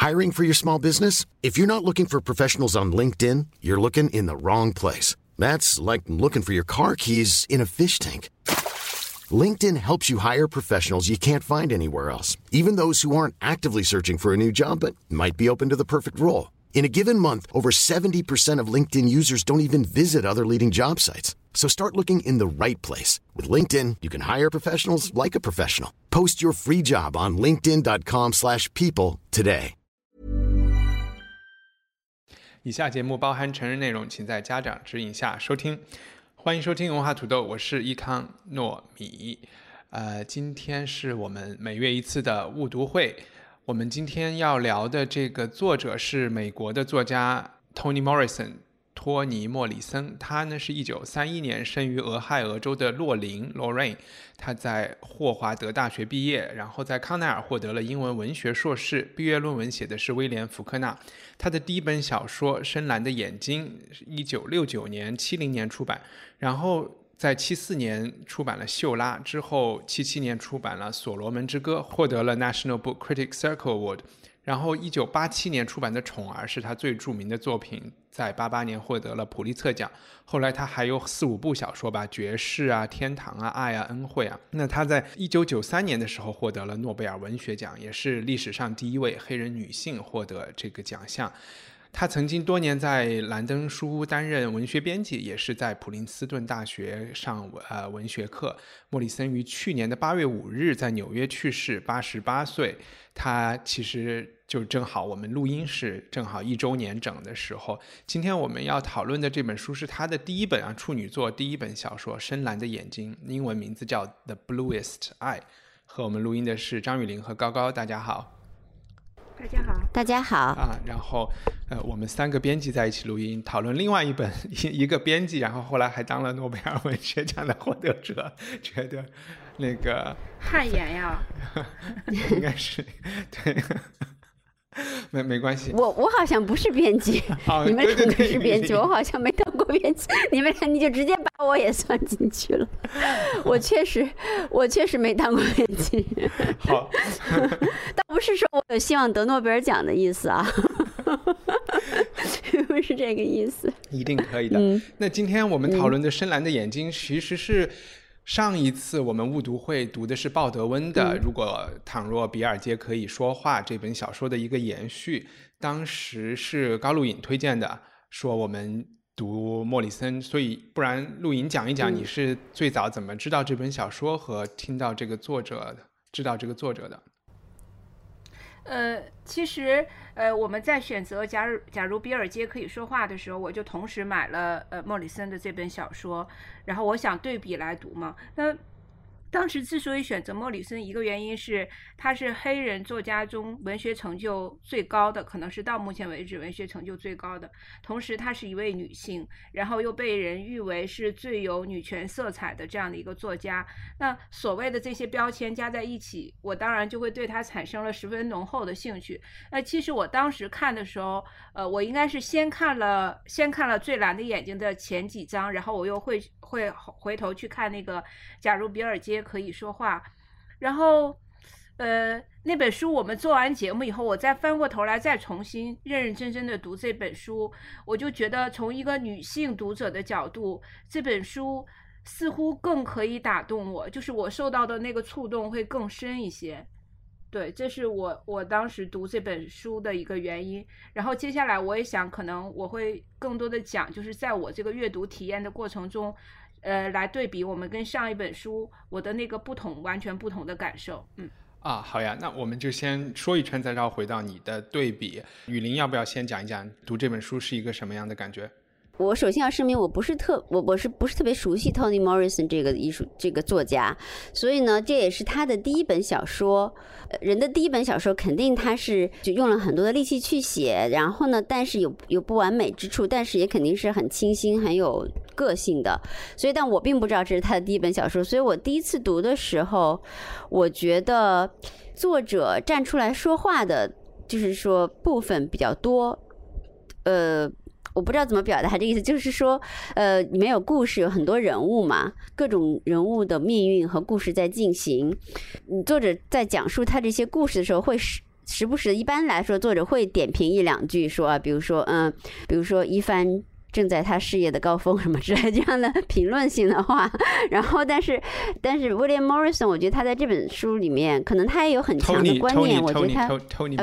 Hiring for your small business? If you're not looking for professionals on LinkedIn, you're looking in the wrong place. That's like looking for your car keys in a fish tank. LinkedIn helps you hire professionals you can't find anywhere else, even those who aren't actively searching for a new job but might be open to the perfect role. In a given month, over 70% of LinkedIn users don't even visit other leading job sites. So start looking in the right place. With LinkedIn, you can hire professionals like a professional. Post your free job on linkedin.com/people today. 以下节目包含成人内容，请在家长指引下收听。欢迎收听文化土豆，我是伊康糯米。今天是我们每月一次的误读会。我们今天要聊的这个作者是美国的作家 Toni Morrison 托尼·莫里森。他呢是1931年生于俄亥俄州的洛林 Lorraine。他在霍华德大学毕业，然后在康奈尔获得了英文文学硕士，毕业论文写的是威廉·福克纳。他的第一本小说《深蓝的眼睛》1969年70年出版，然后在74年出版了《秀拉》，之后77年出版了《所罗门之歌》，获得了 National Book Critics Circle Award。然后1987年出版的《宠儿》是他最著名的作品，在88年获得了普利策奖。后来他还有4-5部小说吧，《爵士》啊、《天堂》啊、《爱啊、恩惠》啊。那他在1993年的时候获得了诺贝尔文学奖，也是历史上第一位黑人女性获得这个奖项。他曾经多年在兰登书屋担任文学编辑，也是在普林斯顿大学上文学课。莫里森于去年的8月5日在纽约去世，88岁。他其实就正好我们录音是正好1周年整的时候。今天我们要讨论的这本书是他的第一本处女作，第一本小说《深蓝的眼睛》，英文名字叫 The Bluest Eye。和我们录音的是张雨玲和高高，大家好。 大家好， 大家好然后我们3个编辑在一起录音，讨论另外一个编辑，然后后来还当了诺贝尔文学奖的获得者，觉得那个汗颜呀， 应该是对。没关系， 我好像不是编辑，你们两个是编辑，我好像没当过编辑，你就直接把我也算进去了。我确实没当过编辑。 好， 倒不是说我有希望得诺贝尔奖的意思啊，不是这个意思。 一定可以的。那今天我们讨论的《深蓝的眼睛》其实是上一次我们误读会读的是鲍德温的倘若比尔街可以说话这本小说的一个延续，当时是高露颖推荐的，说我们读莫里森，所以不然露颖讲一讲你是最早怎么知道这本小说和听到这个作者知道这个作者的。 其实我们在选择假如比尔街可以说话的时候，我就同时买了莫里森的这本小说，然后我想对比来读嘛。那当时之所以选择莫里森，一个原因是他是黑人作家中文学成就最高的，可能是到目前为止文学成就最高的，同时她是一位女性，然后又被人誉为是最有女权色彩的这样的一个作家。那所谓的这些标签加在一起，我当然就会对她产生了十分浓厚的兴趣。其实我当时看的时候，我应该是先看了最蓝的眼睛的前几章，然后我又会回头去看那个假如比尔街可以说话。然后那本书我们做完节目以后，我再翻过头来再重新认认真真的读这本书，我就觉得从一个女性读者的角度，这本书似乎更可以打动我，就是我受到的那个触动会更深一些。对，这是我当时读这本书的一个原因。然后接下来我也想可能我会更多的讲，就是在我这个阅读体验的过程中来对比我们跟上一本书我的那个完全不同的感受。 好呀，那我们就先说一圈再绕回到你的对比。雨林要不要先讲一讲读这本书是一个什么样的感觉？ 我首先要声明，我不是特别熟悉 Toni Morrison 这个作家，所以呢，这也是他的第一本小说。人的第一本小说肯定他是就用了很多的力气去写，然后呢，但是有不完美之处，但是也肯定是很清新、很有个性的。所以，但我并不知道这是他的第一本小说，所以我第一次读的时候，我觉得作者站出来说话的，就是说部分比较多，我不知道怎么表达这个意思，就是说，没有故事，有很多人物嘛，各种人物的命运和故事在进行。作者在讲述他这些故事的时候，会时不时的，一般来说作者会点评一两句说比如说一番正在他事业的高峰什么之类这样的评论性的话，然后但是 William Morrison 我觉得他在这本书里面可能他也有很强的观念，我觉得他 Toni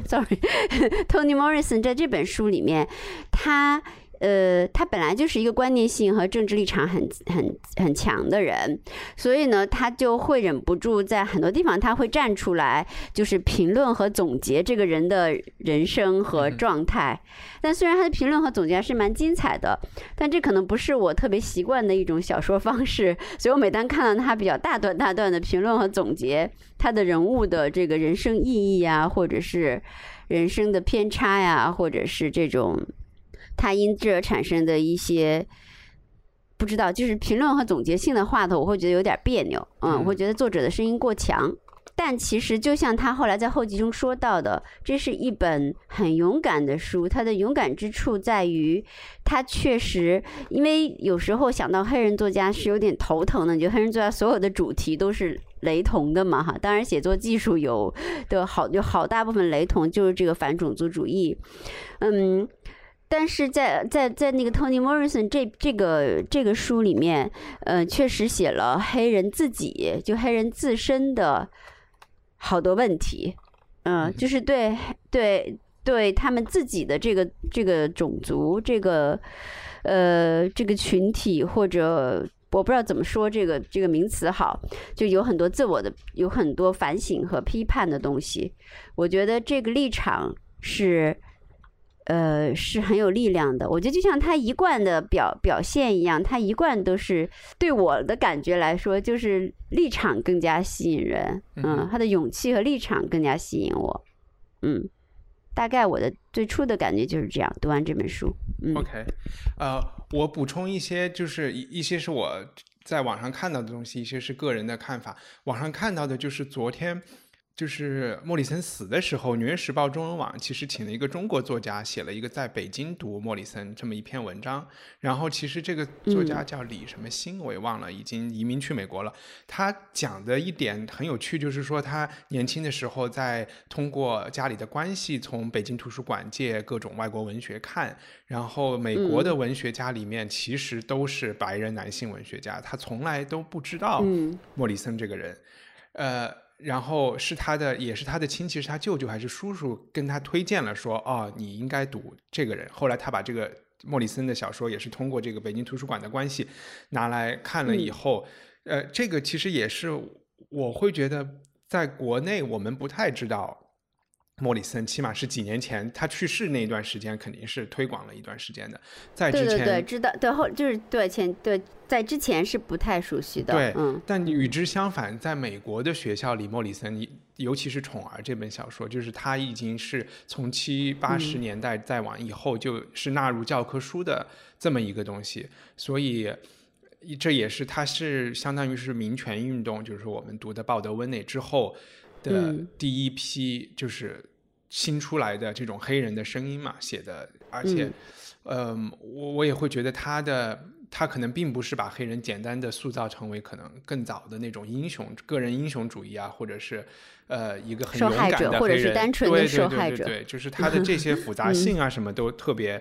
Morrison 在这本书里面他本来就是一个观念性和政治立场很强的人，所以呢，他就会忍不住在很多地方他会站出来，就是评论和总结这个人的人生和状态。但虽然他的评论和总结还是蛮精彩的，但这可能不是我特别习惯的一种小说方式，所以我每当看到他比较大段的评论和总结他的人物的这个人生意义啊，或者是人生的偏差呀，或者是这种他因这而产生的一些不知道，就是评论和总结性的话头，我会觉得有点别扭。我会觉得作者的声音过强。但其实就像他后来在后记中说到的，这是一本很勇敢的书。他的勇敢之处在于，他确实，因为有时候想到黑人作家是有点头疼的，你觉得黑人作家所有的主题都是雷同的嘛？哈，当然写作技术有好大部分雷同，就是这个反种族主义。但是在那个 Toni Morrison 这个书里面，确实写了黑人自己，就黑人自身的好多问题，就是对他们自己的这个种族，这个群体，或者我不知道怎么说这个名词好，就有很多有很多反省和批判的东西。我觉得这个立场是很有力量的。我觉得就像他一贯的表现一样，他一贯都是对我的感觉来说，就是立场更加吸引人。他的勇气和立场更加吸引我。大概我的最初的感觉就是这样。读完这本书 ，OK，我补充一些，就是一些是我在网上看到的东西，一些是个人的看法。网上看到的就是昨天。就是莫里森死的时候，《纽约时报》中文网其实请了一个中国作家，写了一个在北京读莫里森这么一篇文章。然后其实这个作家叫李什么新，我也忘了，已经移民去美国了。他讲的一点很有趣，就是说他年轻的时候在通过家里的关系从北京图书馆借各种外国文学看，然后美国的文学家里面其实都是白人男性文学家，他从来都不知道莫里森这个人。然后也是他的亲戚，是他舅舅还是叔叔跟他推荐了说，你应该读这个人。后来他把这个莫里森的小说也是通过这个北京图书馆的关系拿来看了以后，这个其实也是我会觉得在国内我们不太知道莫里森，起码是几年前他去世那一段时间肯定是推广了一段时间的。在之前对知道，就是在之前是不太熟悉的。 对，但与之相反，在美国的学校里，莫里森尤其是《宠儿》这本小说，就是他已经是从70、80年代再往以后就是纳入教科书的这么一个东西，所以这也是他是相当于是民权运动，就是我们读的鲍德温内之后的第一批就是新出来的这种黑人的声音嘛写的。而且我也会觉得他可能并不是把黑人简单的塑造成为可能更早的那种个人英雄主义啊，或者是一个很勇敢的黑人，受害者或者是单纯的受害者。 对，就是他的这些复杂性啊什么都特别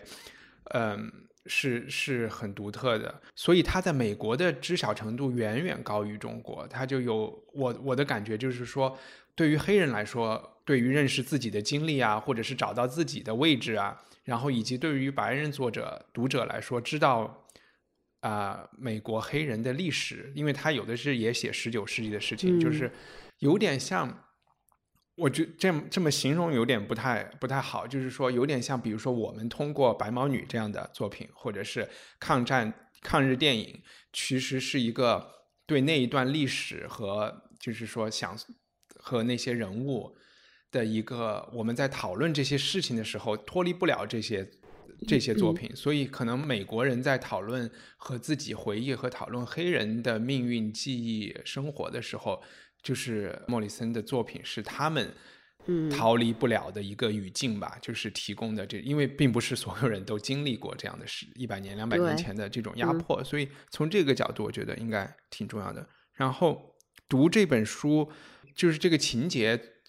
是很独特的，所以他在美国的知晓程度远远高于中国。他就有我的感觉就是说，对于黑人来说，对于认识自己的经历啊，或者是找到自己的位置啊，然后以及对于白人读者来说，知道美国黑人的历史，因为他有的是也写19世纪的事情，就是有点像。我觉得这么形容有点不太好，就是说有点像比如说我们通过白毛女这样的作品，或者是抗日电影，其实是一个对那一段历史和就是说和那些人物的一个，我们在讨论这些事情的时候脱离不了这些作品。所以可能美国人在讨论和自己回忆和讨论黑人的命运、记忆、生活的时候，就是莫里森的作品是他们逃离不了的一个语境吧，就是提供的因为并不是所有人都经历过这样的100年、200年前的这种压迫，所以从这个角度我觉得应该挺重要的。然后读这本书，就是这个情节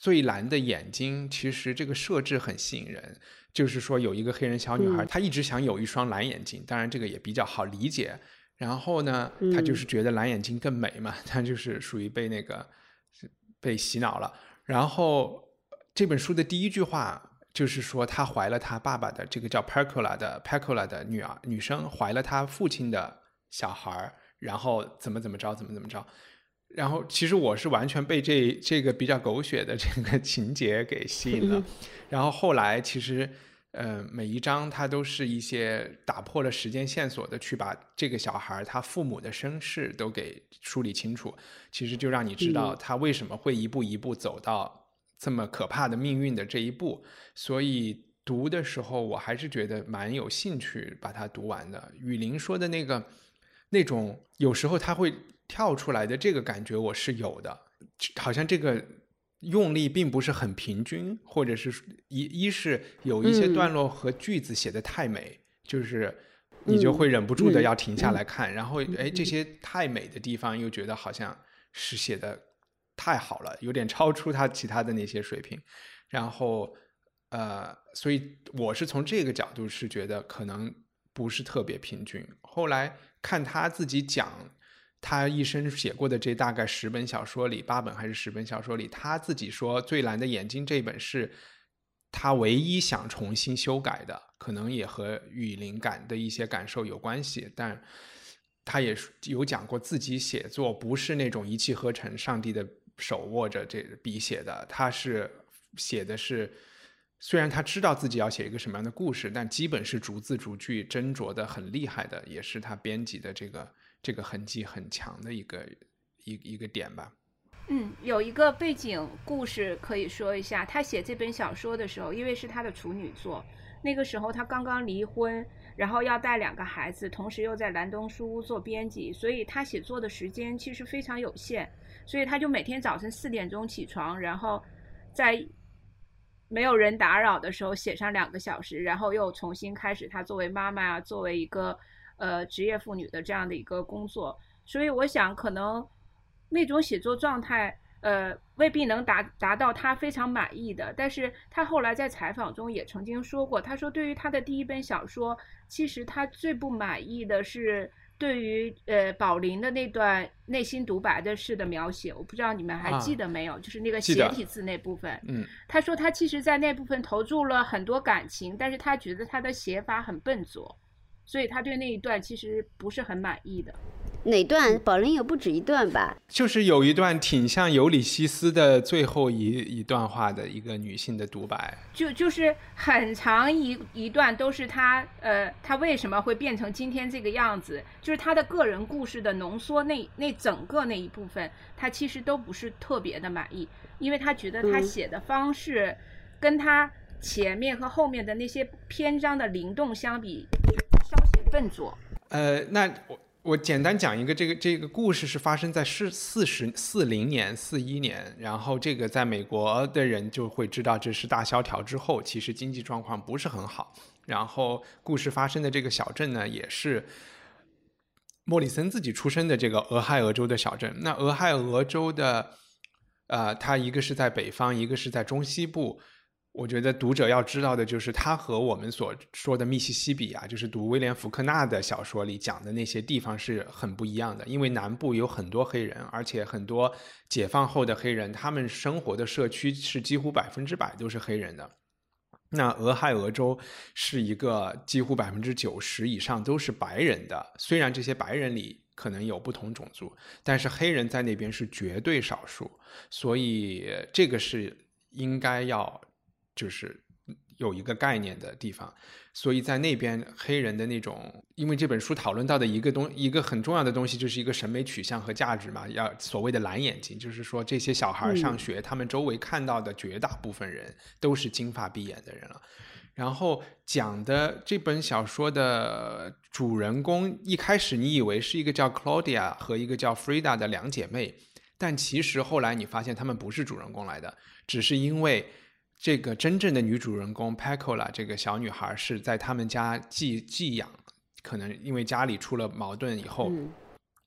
最蓝的眼睛其实这个设置很吸引人，就是说有一个黑人小女孩，她一直想有一双蓝眼睛，当然这个也比较好理解。然后呢，她就是觉得蓝眼睛更美嘛，她就是属于被洗脑了。然后这本书的第一句话就是说，她怀了她爸爸的这个叫 Peccola 的女生怀了她父亲的小孩，然后怎么着。然后其实我是完全被这个比较狗血的这个情节给吸引了。然后后来其实每一章它都是一些打破了时间线索的去把这个小孩他父母的身世都给梳理清楚，其实就让你知道他为什么会一步一步走到这么可怕的命运的这一步。所以读的时候我还是觉得蛮有兴趣把它读完的。雨林说的那种有时候他会跳出来的这个感觉我是有的，好像这个用力并不是很平均，或者是一是有一些段落和句子写得太美，就是你就会忍不住的要停下来看，然后这些太美的地方又觉得好像是写得太好了，有点超出他其他的那些水平。然后所以我是从这个角度是觉得可能不是特别平均。后来看他自己讲他一生写过的这大概10本小说里，8本还是10本小说里，他自己说《最蓝的眼睛》这本是他唯一想重新修改的，可能也和雨林感的一些感受有关系。但他也有讲过自己写作不是那种一气呵成上帝的手握着这笔写的，他是写的是虽然他知道自己要写一个什么样的故事，但基本是逐字逐句斟酌的很厉害的，也是他编辑的这个痕迹很强的一个点吧。 有一个背景故事可以说一下。他写这本小说的时候，因为是他的处女作，那个时候他刚刚离婚，然后要带2个孩子，同时又在蓝东书屋做编辑，所以他写作的时间其实非常有限，所以他就每天早晨4点钟起床，然后在没有人打扰的时候写上2个小时，然后又重新开始他作为妈妈作为一个职业妇女的这样的一个工作。所以我想可能那种写作状态未必能达到他非常满意的。但是他后来在采访中也曾经说过，他说对于他的第1本小说，其实他最不满意的是对于宝林的那段内心独白的式的描写。我不知道你们还记得没有，就是那个简体字那部分。他说他其实在那部分投注了很多感情，但是他觉得他的写法很笨拙，所以他对那一段其实不是很满意的。 哪段？宝林有不止一段吧？ 就是有一段挺像尤里西斯的最后一段话的一个女性的独白， 就是很长一段都是他为什么会变成今天这个样子，就是他的个人故事的浓缩，那整个那一部分他其实都不是特别的满意，因为他觉得他写的方式跟他前面和后面的那些篇章的灵动相比稍显笨拙。 那我简单讲一个，这个故事是发生在41年，然后这个在美国的人就会知道这是大萧条之后，其实经济状况不是很好。然后故事发生的这个小镇呢，也是莫里森自己出生的这个俄亥俄州的小镇。那俄亥俄州的它一个是在北方，一个是在中西部。我觉得读者要知道的就是它和我们所说的密西西比啊，就是读威廉福克纳的小说里讲的那些地方是很不一样的。因为南部有很多黑人，而且很多解放后的黑人，他们生活的社区是几乎100%都是黑人的。那俄亥俄州是一个几乎90%以上都是白人的，虽然这些白人里可能有不同种族，但是黑人在那边是绝对少数，所以这个是应该要就是有一个概念的地方。所以在那边黑人的那种，因为这本书讨论到的一个很重要的东西就是一个审美取向和价值嘛，要所谓的蓝眼睛，就是说这些小孩上学，他们周围看到的绝大部分人都是金发碧眼的人了。然后讲的这本小说的主人公，一开始你以为是一个叫 Claudia 和一个叫 Frida 的2姐妹，但其实后来你发现他们不是主人公来的，只是因为这个真正的女主人公 Peccola 这个小女孩是在他们家寄养，可能因为家里出了矛盾以后，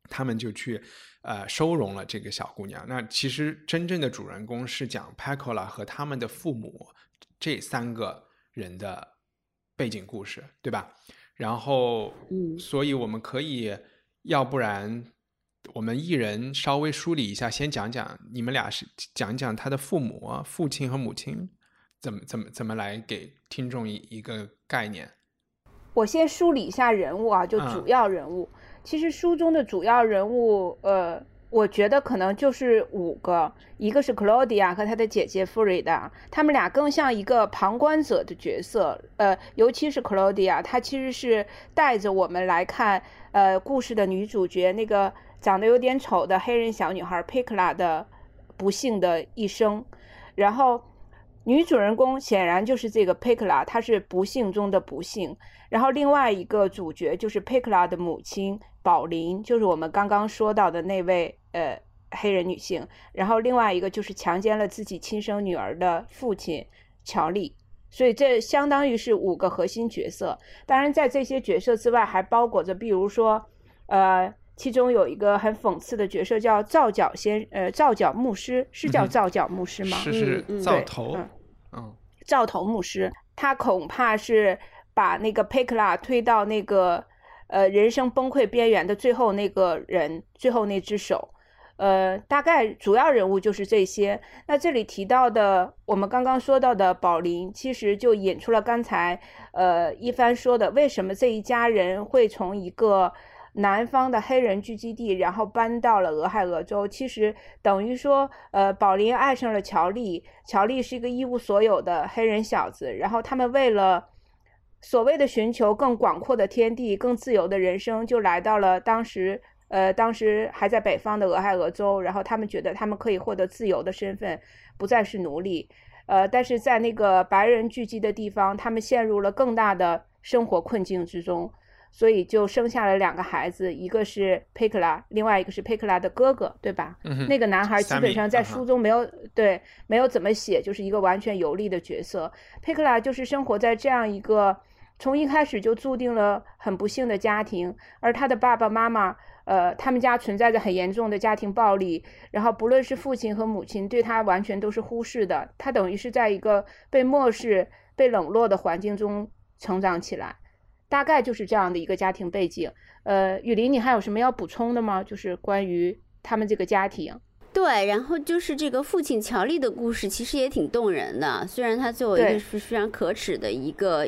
他们就去收容了这个小姑娘。那其实真正的主人公是讲 Pecola 和他们的父母这3个人的背景故事，对吧？然后所以我们可以要不然我们一人稍微梳理一下，先讲讲你们俩是讲讲他的父亲和母亲怎么来给听众一个概念。 我先梳理一下人物啊，就主要人物。其实书中的主要人物我觉得可能就是5个，一个是 Claudia 和她的姐姐 Frida， 他们俩更像一个旁观者的角色。尤其是 Claudia， 她其实是带着我们来看故事的女主角那个长得有点丑的黑人小女孩 Pecola 的不幸的一生。然后女主人公显然就是这个 Pecola， 她是不幸中的不幸。然后另外一个主角就是 Pecola 的母亲宝琳，就是我们刚刚说到的那位黑人女性。然后另外一个就是强奸了自己亲生女儿的父亲乔利。所以这相当于是5个核心角色。当然在这些角色之外还包裹着比如说其中有一个很讽刺的角色叫皂角牧师，是叫皂角牧师吗？ 是皂头皂头牧师，他恐怕是把那个 Pecola 推到那个人生崩溃边缘的最后那个人，最后那只手。大概主要人物就是这些。那这里提到的我们刚刚说到的宝琳，其实就引出了刚才一帆说的，为什么这一家人会从一个南方的黑人聚集地然后搬到了俄亥俄州。其实等于说宝琳爱上了乔利，乔利是一个一无所有的黑人小子，然后他们为了所谓的寻求更广阔的天地更自由的人生，就来到了当时还在北方的俄亥俄州。然后他们觉得他们可以获得自由的身份，不再是奴隶。但是在那个白人聚集的地方，他们陷入了更大的生活困境之中，所以就生下了2个孩子，一个是 Pecola， 另外一个是 Pecola 的哥哥，对吧？那个男孩基本上在书中没有怎么写，就是一个完全游离的角色。Pecola 就是生活在这样一个从一开始就注定了很不幸的家庭，而他的爸爸妈妈他们家存在着很严重的家庭暴力，然后不论是父亲和母亲对他完全都是忽视的，他等于是在一个被漠视被冷落的环境中成长起来。大概就是这样的一个家庭背景。雨林你还有什么要补充的吗？就是关于他们这个家庭。 对，然后就是这个父亲乔利的故事其实也挺动人的，虽然他作为一个是非常可耻的一个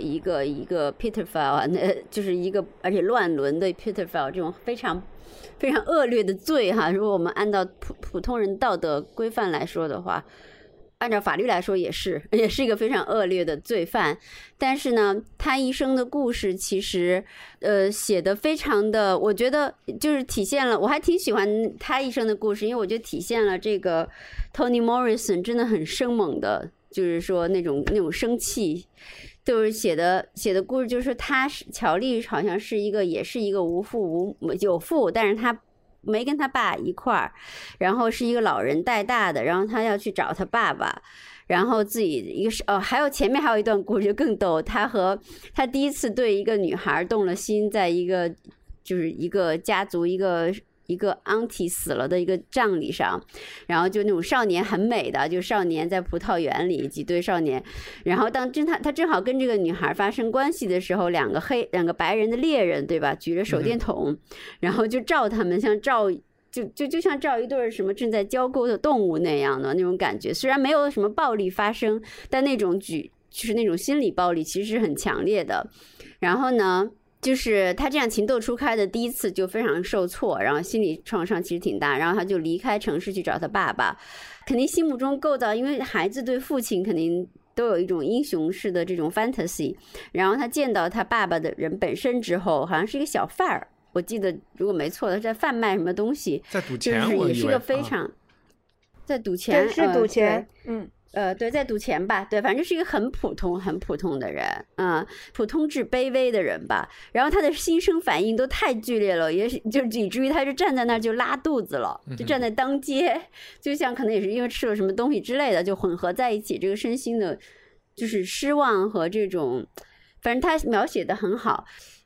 pedophile 啊，那就是一个而且乱伦的 pedophile 这种非常非常恶劣的罪哈。如果我们按照普通人道德规范来说的话，按照法律来说也是一个非常恶劣的罪犯。但是呢他一生的故事其实写得非常的，我觉得就是体现了，我还挺喜欢他一生的故事，因为我觉得体现了这个 Toni Morrison 真的很生猛的，就是说那种生气，就是写的故事，就是他乔利好像是一个也是一个有父，但是他没跟他爸一块儿，然后是一个老人带大的，然后他要去找他爸爸，然后自己一个还有前面还有一段故事就更逗，他第一次对一个女孩动了心，在一个就是一个家族一个 auntie 死了的一个葬礼上，然后就那种少年很美的，就少年在葡萄园里几对少年，然后当他正好跟这个女孩发生关系的时候，两个白人的猎人对吧，举着手电筒，然后就照他们，像照就像照一对什么正在交媾的动物那样的那种感觉。虽然没有什么暴力发生，但那种就是那种心理暴力其实是很强烈的。然后呢就是他这样情窦初开的第一次就非常受挫，然后心理创伤其实挺大，然后他就离开城市去找他爸爸，肯定心目中构造，因为孩子对父亲肯定都有一种英雄式的这种 fantasy， 然后他见到他爸爸的人本身之后，好像是一个小贩儿，我记得如果没错，他在贩卖什么东西， 在赌钱， 就是也是个非常在赌钱， 是赌钱， 对，在赌钱吧，对，反正是一个很普通的人，普通至卑微的人吧。然后他的心生反应都太剧烈了，也是就以至于他就站在那儿就拉肚子了，就站在当街，就像可能也是因为吃了什么东西之类的，就混合在一起，这个身心的，就是失望和这种，反正他描写的很好。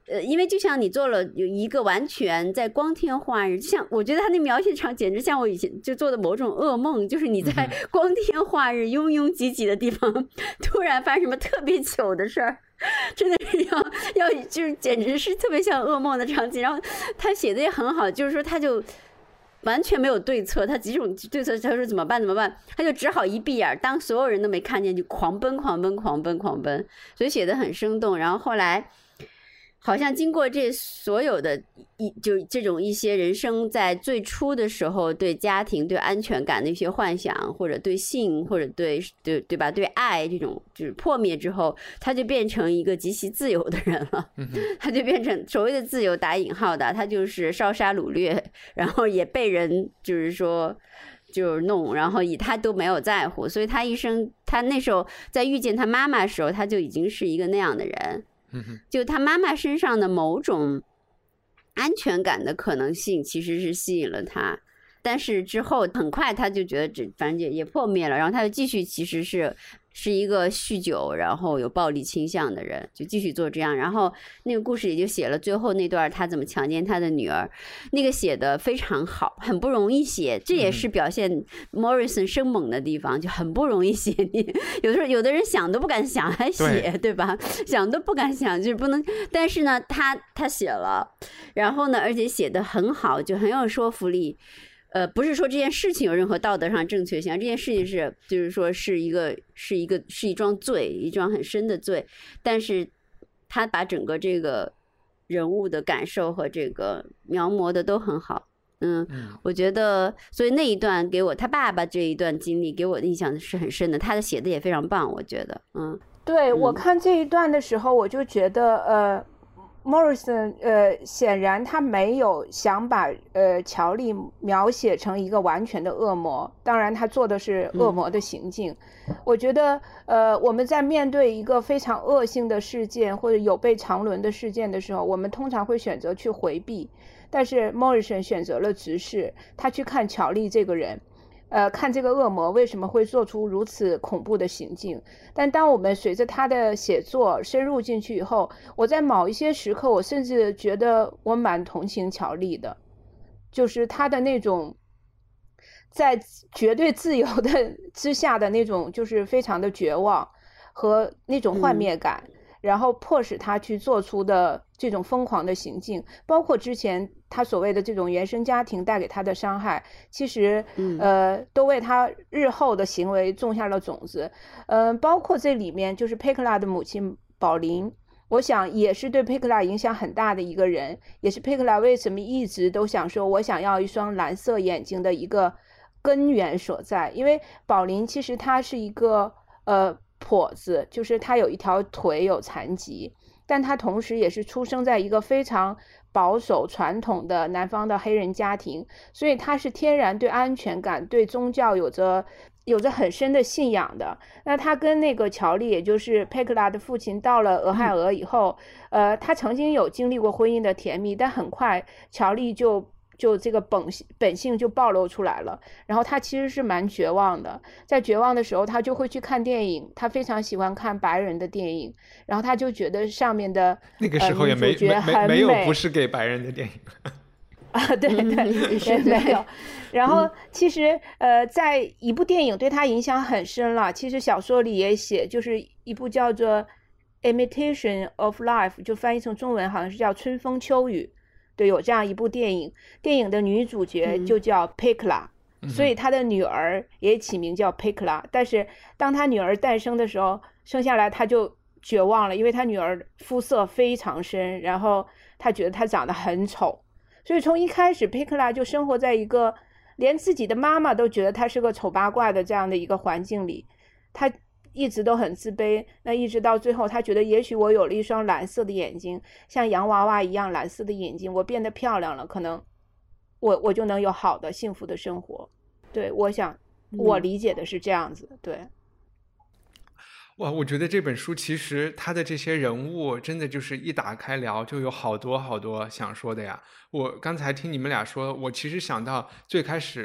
因为就像你做了有一个完全在光天化日，像我觉得他那描写场简直像我以前就做的某种噩梦，就是你在光天化日拥拥挤挤的地方突然发生什么特别糗的事儿，真的是要就是简直是特别像噩梦的场景。然后他写的也很好，就是说他就完全没有对策，他几种对策，他说怎么办，他就只好一闭眼，当所有人都没看见就狂奔，所以写得很生动。然后后来好像经过这所有的就这种一些人生在最初的时候对家庭对安全感的一些幻想，或者对性，或者对吧对爱这种就是破灭之后，他就变成一个极其自由的人了。他就变成所谓的自由打引号的，他就是烧杀掳掠，然后也被人就是说就是弄，然后他都没有在乎。所以他一生，他那时候在遇见他妈妈的时候，他就已经是一个那样的人。就他妈妈身上的某种安全感的可能性其实是吸引了他，但是之后很快他就觉得反正也破灭了，然后他就继续其实是一个酗酒然后有暴力倾向的人，就继续做这样。然后那个故事里就写了最后那段他怎么强奸他的女儿，那个写得非常好，很不容易写，这也是表现 Morrison 生猛的地方，就很不容易写。你有的时候有的人想都不敢想还写， 对吧？想都不敢想，就是不能。但是呢他写了，然后呢而且写得很好，就很有说服力。不是说这件事情有任何道德上正确性，这件事情就是说是一桩罪，一桩很深的罪，但是他把整个这个人物的感受和这个描摹的都很好。我觉得所以那一段给我他爸爸这一段经历给我的印象是很深的，他的写的也非常棒，我觉得。 对，我看这一段的时候我就觉得Morrison 显然他没有想把乔丽描写成一个完全的恶魔，当然他做的是恶魔的行径。我觉得我们在面对一个非常恶性的事件或者有悖常伦的事件的时候，我们通常会选择去回避，但是 Morrison 选择了直视，他去看乔丽这个人，看这个恶魔为什么会做出如此恐怖的行径。但当我们随着他的写作深入进去以后，我在某一些时刻我甚至觉得我蛮同情乔丽的，就是他的那种在绝对自由的之下的那种就是非常的绝望和那种幻灭感，然后迫使他去做出的这种疯狂的行径，包括之前他所谓的这种原生家庭带给他的伤害，其实都为他日后的行为种下了种子。包括这里面就是佩克拉的母亲宝琳，我想也是对佩克拉影响很大的一个人，也是佩克拉为什么一直都想说我想要一双蓝色眼睛的一个根源所在。因为宝琳其实她是一个跛子，就是她有一条腿有残疾，但她同时也是出生在一个非常保守传统的南方的黑人家庭，所以她是天然对安全感对宗教有着很深的信仰的。那他跟那个乔丽也就是佩克拉的父亲到了俄亥俄以后，他曾经有经历过婚姻的甜蜜，但很快乔丽就这个本性就暴露出来了，然后他其实是蛮绝望的，在绝望的时候他就会去看电影，他非常喜欢看白人的电影，然后他就觉得上面的那个时候也没有不是给白人的电影对，没有。然后其实在一部电影对他影响很深了，其实小说里也写，就是一部叫做 Imitation of Life， 就翻译成中文好像是叫春风秋雨，对，有这样一部电影，电影的女主角就叫佩克拉，所以她的女儿也起名叫佩克拉。但是当她女儿诞生的时候，生下来她就绝望了，因为她女儿肤色非常深，然后她觉得她长得很丑，所以从一开始佩克拉就生活在一个连自己的妈妈都觉得她是个丑八怪的这样的一个环境里，她一直都很自卑。那一直到最后她觉得也许我有了一双蓝色的眼睛，像洋娃娃一样蓝色的眼睛，我变得漂亮了，可能我就能有好的幸福的生活。对，我想我理解的是这样子。对， 哇，我觉得这本书其实它的这些人物真的就是一打开聊就有好多好多想说的呀。我刚才听你们俩说，我其实想到最开始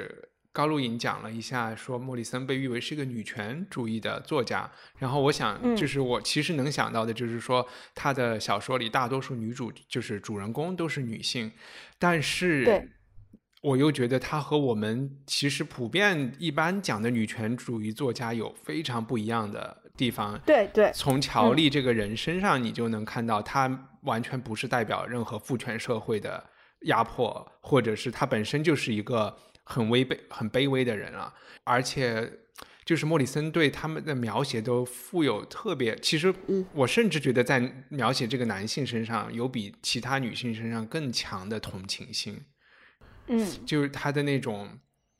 高露颖讲了一下，说莫里森被誉为是一个女权主义的作家，然后我想就是我其实能想到的就是说他的小说里大多数就是主人公都是女性，但是我又觉得他和我们其实普遍一般讲的女权主义作家有非常不一样的地方。 对， 从乔丽这个人身上你就能看到他完全不是代表任何父权社会的压迫，或者是他本身就是一个很卑微的人啊。而且就是莫里森对他们的描写都富有特别，其实我甚至觉得在描写这个男性身上有比其他女性身上更强的同情心。就是他的那种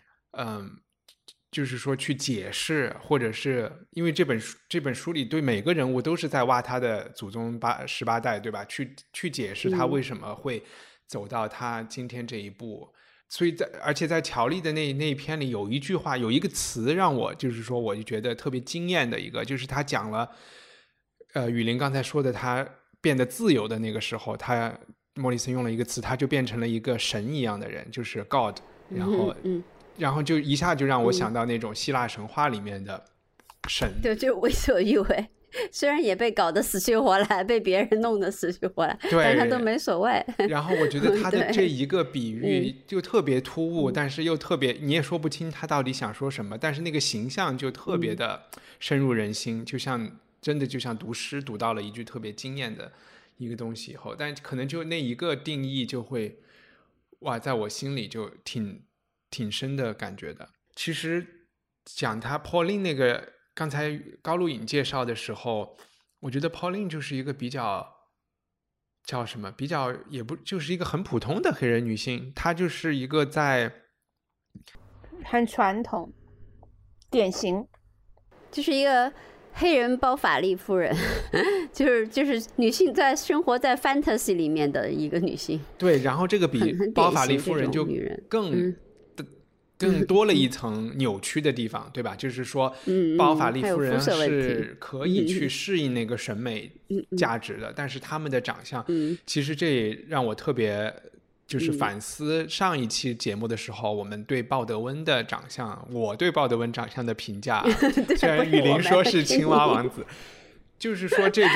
就是说去解释，或者是因为这本书里对每个人物都是在挖他的祖宗18代，对吧？去解释他为什么会走到他今天这一步。所以而且在乔丽的那一篇里有一句话，有一个词让我就是说我就觉得特别惊艳的一个，就是他讲了雨林刚才说的他变得自由的那个时候，莫里森用了一个词，他就变成了一个神一样的人，就是 God， 然后就一下就让我想到那种希腊神话里面的神， 对，就是为所欲为，虽然也被搞得死去活来，被别人弄得死去活来，但他都没所谓。 然后我觉得他的这一个比喻就特别突兀，但是又特别你也说不清他到底想说什么，但是那个形象就特别的深入人心，真的就像读诗读到了一句特别惊艳的一个东西以后，但可能就那一个定义就会在我心里就挺深的感觉的。其实讲他 Pauline 那个刚才高露颖介绍的时候，我觉得 Pauline 就是一个比较叫什么，比较也不就是一个很普通的黑人女性，她就是一个在很传统典型， 就是一个黑人包法利夫人，就是女性在生活在 fantasy 里面的一个女性。 对，然后这个比包法利夫人就更多了一层扭曲的地方，对吧？就是说包法利夫人是可以去适应那个审美价值的，但是他们的长相其实这也让我特别就是反思上一期节目的时候我们对鲍德温的长相，我对鲍德温长相的评价虽然雨林说是青蛙王子就是说这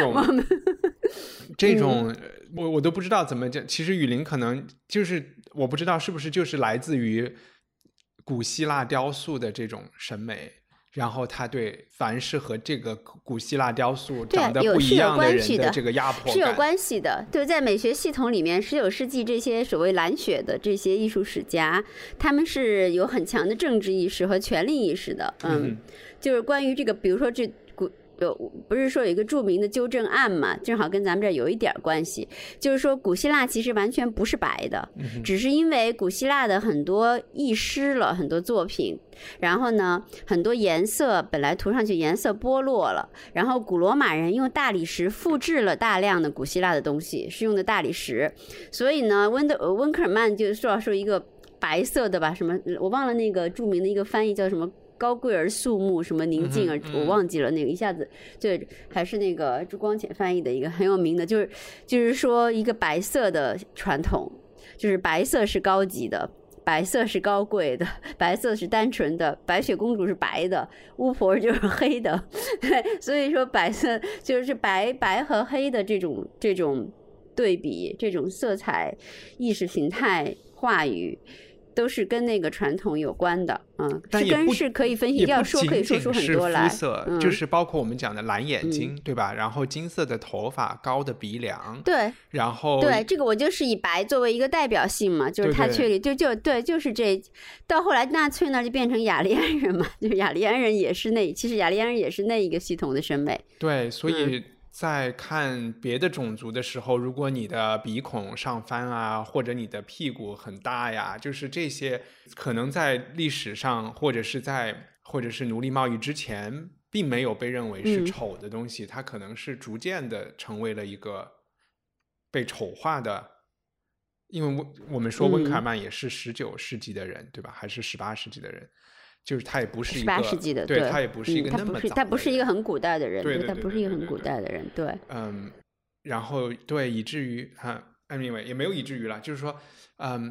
种我都不知道怎么讲，其实雨林可能就是我不知道是不是就是来自于古希腊雕塑的这种审美，然后他对凡是和这个古希腊雕塑长得不一样的人的这个压迫感是有关系的。对，在美学系统里面，19世纪这些所谓蓝血的这些艺术史家，他们是有很强的政治意识和权力意识的。就是关于这个，比如说不是说有一个著名的纠正案嘛，正好跟咱们这儿有一点关系，就是说古希腊其实完全不是白的，只是因为古希腊的很多遗失了很多作品，然后呢很多颜色本来涂上去颜色剥落了，然后古罗马人用大理石复制了大量的古希腊的东西，是用的大理石，所以呢温克尔曼就说一个白色的吧，什么我忘了那个著名的一个翻译叫什么高贵而肃穆什么宁静而我忘记了那个一下子，对，还是那个朱光潜翻译的一个很有名的，就是说一个白色的传统，就是白色是高级的，白色是高贵的，白色是单纯的，白雪公主是白的，巫婆就是黑的，对，所以说白色就是白和黑的这种对比，这种色彩意识形态话语都是跟那个传统有关的，是可以分析，要说可以说出很多来。 肤色，就是包括我们讲的蓝眼睛，对吧？然后金色的头发，高的鼻梁， 对， 然后对这个我就是以白作为一个代表性嘛，就是他确立就是这，到后来纳粹呢就变成雅利安人嘛，就是雅利安人也是其实雅利安人也是那一个系统的审美， 对，所以。在看别的种族的时候，如果你的鼻孔上翻啊，或者你的屁股很大呀，就是这些可能在历史上或者是奴隶贸易之前并没有被认为是丑的东西，它可能是逐渐的成为了一个被丑化的，因为我们说温克尔曼也是19世纪的人，对吧？还是18世纪的人，就是他也不是一个 18世纪的， 对，他也不是一个那么早的， 他不是一个很古代的人， 对， 他不是一个很古代的人，对， 然后对，以至于anyway 也没有以至于了，就是说，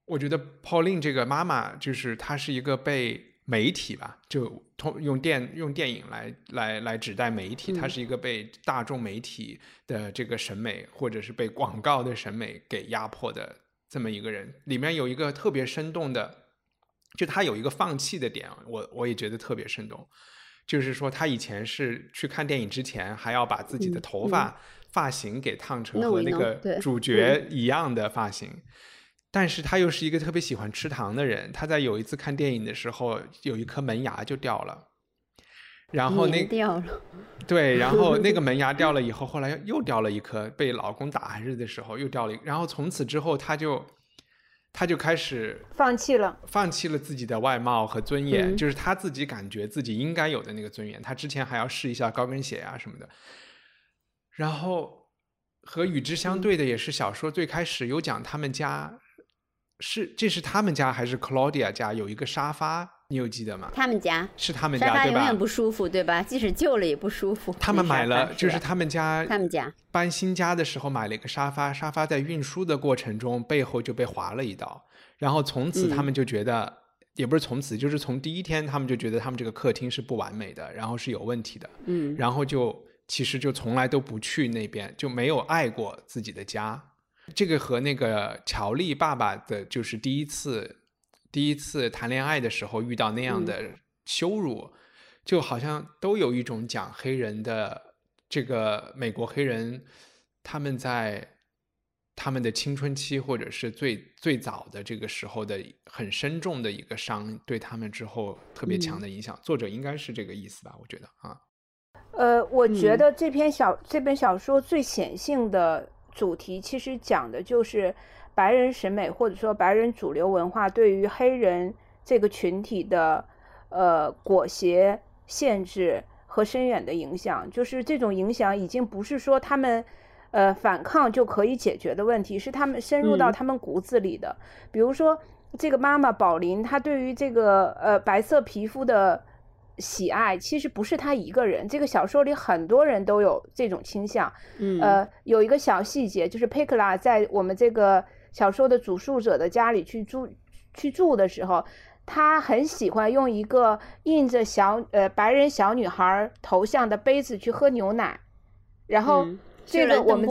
我觉得 Pauline 这个妈妈就是她是一个被媒体吧，就用电影来指代媒体，她是一个被大众媒体的这个审美或者是被广告的审美给压迫的这么一个人。里面有一个特别生动的，就她有一个放弃的点，我也觉得特别生动，就是说她以前是去看电影之前还要把自己的头发型给烫成和那个主角一样的发型。但是他又是一个特别喜欢吃糖的人，他在有一次看电影的时候，有一颗门牙就掉了，然后掉了， 对，然后那个门牙掉了以后，后来又掉了一颗，被老公打还是的时候又掉了一个，然后从此之后他就开始放弃了自己的外貌和尊严，就是他自己感觉自己应该有的那个尊严。他之前还要试一下高跟鞋啊什么的，然后和与之相对的也是小说最开始有讲他们家。这是他们家还是 Claudia 家有一个沙发，你有记得吗？ 他们家是他们家， 沙发对吧？ 永远不舒服，对吧？即使旧了也不舒服。 他们买了，就是他们家搬新家的时候买了一个沙发，沙发在运输的过程中背后就被划了一刀，然后从此他们就觉得，也不是从此，就是从第一天他们就觉得他们这个客厅是不完美的，然后是有问题的，然后其实就从来都不去那边，就没有爱过自己的家。这个和那个乔丽爸爸的就是第一次谈恋爱的时候遇到那样的羞辱，就好像都有一种讲黑人的这个美国黑人他们在他们的青春期或者是最早的这个时候的很深重的一个伤，对他们之后特别强的影响。作者应该是这个意思吧，我觉得啊。 我觉得这本小说最显性的主题其实讲的就是白人审美或者说白人主流文化对于黑人这个群体的裹挟、限制和深远的影响。就是这种影响已经不是说他们反抗就可以解决的问题，是他们深入到他们骨子里的。比如说这个妈妈宝琳，她对于这个白色皮肤的喜爱其实不是他一个人，这个小说里很多人都有这种倾向。有一个小细节，就是佩克拉在我们这个小说的主述者的家里去住的时候，他很喜欢用一个印着白人小女孩头像的杯子去喝牛奶，然后这个我们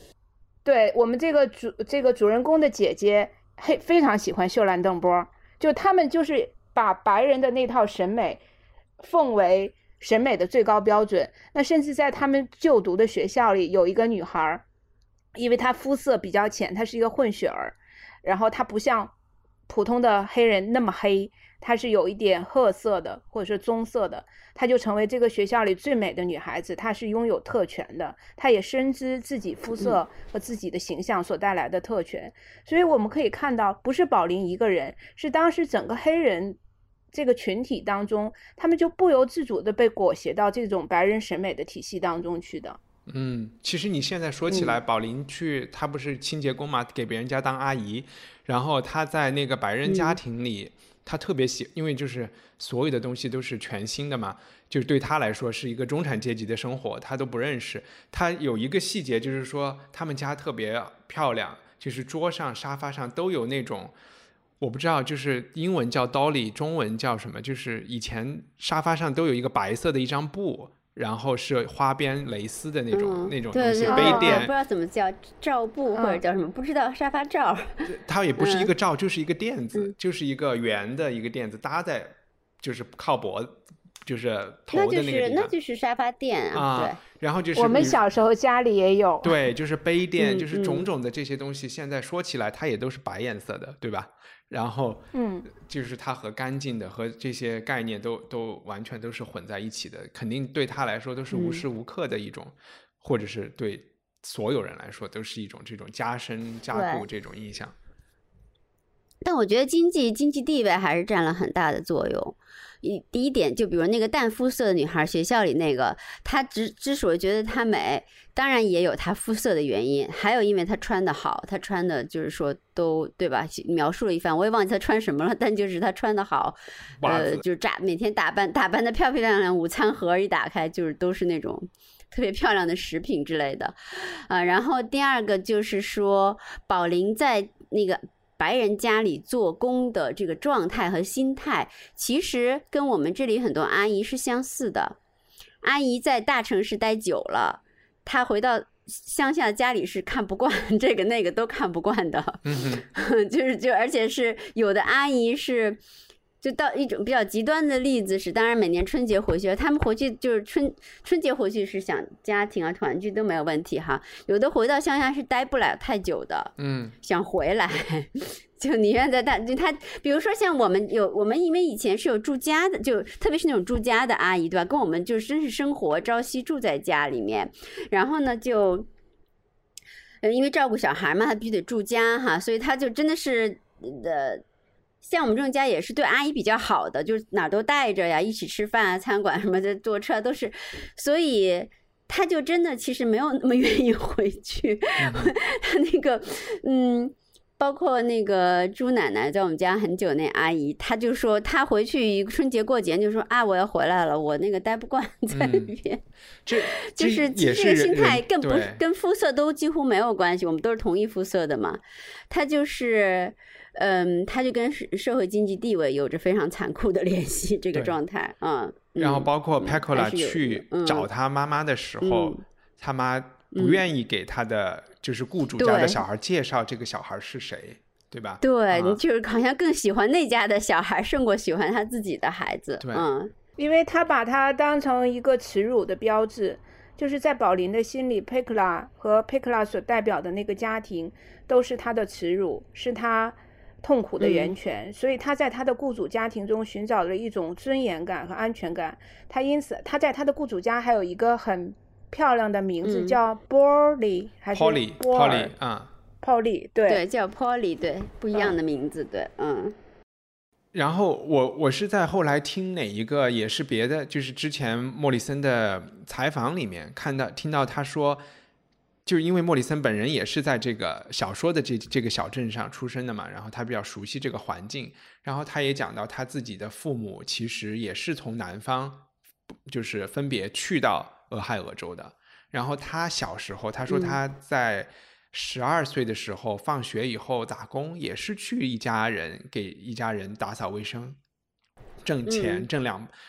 这个主人公的姐姐非常喜欢秀兰邓波，就他们就是把白人的那套审美奉为审美的最高标准。那甚至在他们就读的学校里，有一个女孩，因为她肤色比较浅，她是一个混血儿，然后她不像普通的黑人那么黑，她是有一点褐色的或者是棕色的，她就成为这个学校里最美的女孩子。她是拥有特权的，她也深知自己肤色和自己的形象所带来的特权。所以我们可以看到，不是宝琳一个人，是当时整个黑人这个群体当中，他们就不由自主的被裹挟到这种白人审美的体系当中去的。 其实你现在说起来，宝琳她不是清洁工嘛，给别人家当阿姨，然后她在那个白人家庭里，她特别因为就是所有的东西都是全新的嘛，就是对她来说是一个中产阶级的生活，她都不认识。她有一个细节就是说，他们家特别漂亮，就是桌上沙发上都有那种，我不知道，就是英文叫 dolly， 中文叫什么，就是以前沙发上都有一个白色的一张布，然后是花边蕾丝的那种东西，杯垫， 不知道怎么叫，罩布或者叫什么，不知道，沙发罩。 它也不是一个罩，就是一个垫子，就是一个圆的一个垫子搭在，就是靠脖，就是头的那个地方， 那就是沙发垫啊。对， 然后就是我们小时候家里也有， 对，就是杯垫，就是种种的这些东西，现在说起来它也都是白颜色的，对吧？然后就是它和干净的和这些概念都完全都是混在一起的，肯定对他来说都是无时无刻的一种，或者是对所有人来说都是一种这种加深加固这种印象。 但我觉得经济地位还是占了很大的作用。第一点，就比如那个淡肤色的女孩，学校里那个，她之所以觉得她美，当然也有她肤色的原因，还有因为她穿的好，她穿的就是说都对吧？描述了一番，我也忘记她穿什么了，但就是她穿的好，就是每天打扮的漂漂亮亮，午餐盒一打开就是都是那种特别漂亮的食品之类的，然后第二个就是说，宝琳在那个白人家里做工的这个状态和心态，其实跟我们这里很多阿姨是相似的。阿姨在大城市待久了，她回到乡下家里是看不惯这个那个都看不惯的，而且是有的阿姨是。就到一种比较极端的例子是，当然每年春节回去，他们回去就是春节回去是想家庭啊团聚都没有问题哈。有的回到乡下是待不了太久的，想回来，就宁愿在他比如说像我们因为以前是有住家的，就特别是那种住家的阿姨，对吧？跟我们就真是生活朝夕住在家里面，然后呢就因为照顾小孩嘛，他必须得住家哈，所以他就真的是像我们这种家也是对阿姨比较好的，就是哪都带着呀，一起吃饭啊，餐馆什么的，坐车都是，所以他就真的其实没有那么愿意回去。他那个包括那个朱奶奶在我们家很久那阿姨，她就说她回去春节过节就说啊我要回来了，我那个待不惯在那边。就是其实心态更不跟肤色都几乎没有关系，我们都是同一肤色的嘛。他就是他就跟社会经济地位有着非常残酷的联系，这个状态然后包括 Pecola 去找他妈妈的时候，他妈不愿意给他的就是雇主家的小孩介绍这个小孩是谁，对吧？ 对，就是好像更喜欢那家的小孩胜过喜欢他自己的孩子。 对， 因为他把他当成一个耻辱的标志，就是在宝林的心里 Pecola 和 Pecola 所代表的那个家庭都是他的耻辱，是他痛苦的源泉，所以他在他的雇主家庭中寻找了一种尊严感和安全感。他因此他在他的雇主家还有一个很漂亮的名字，叫 Polly 还是 Polly Polly 对，叫 Polly 对，不一样的名字对然后我是在后来听哪一个也是别的，就是之前莫里森的采访里面听到他说，就是因为莫里森本人也是在这个小说的这个小镇上出生的嘛，然后他比较熟悉这个环境，然后他也讲到他自己的父母其实也是从南方就是分别去到俄亥俄州的，然后他小时候他说他在12岁的时候放学以后打工，也是去给一家人打扫卫生，挣钱挣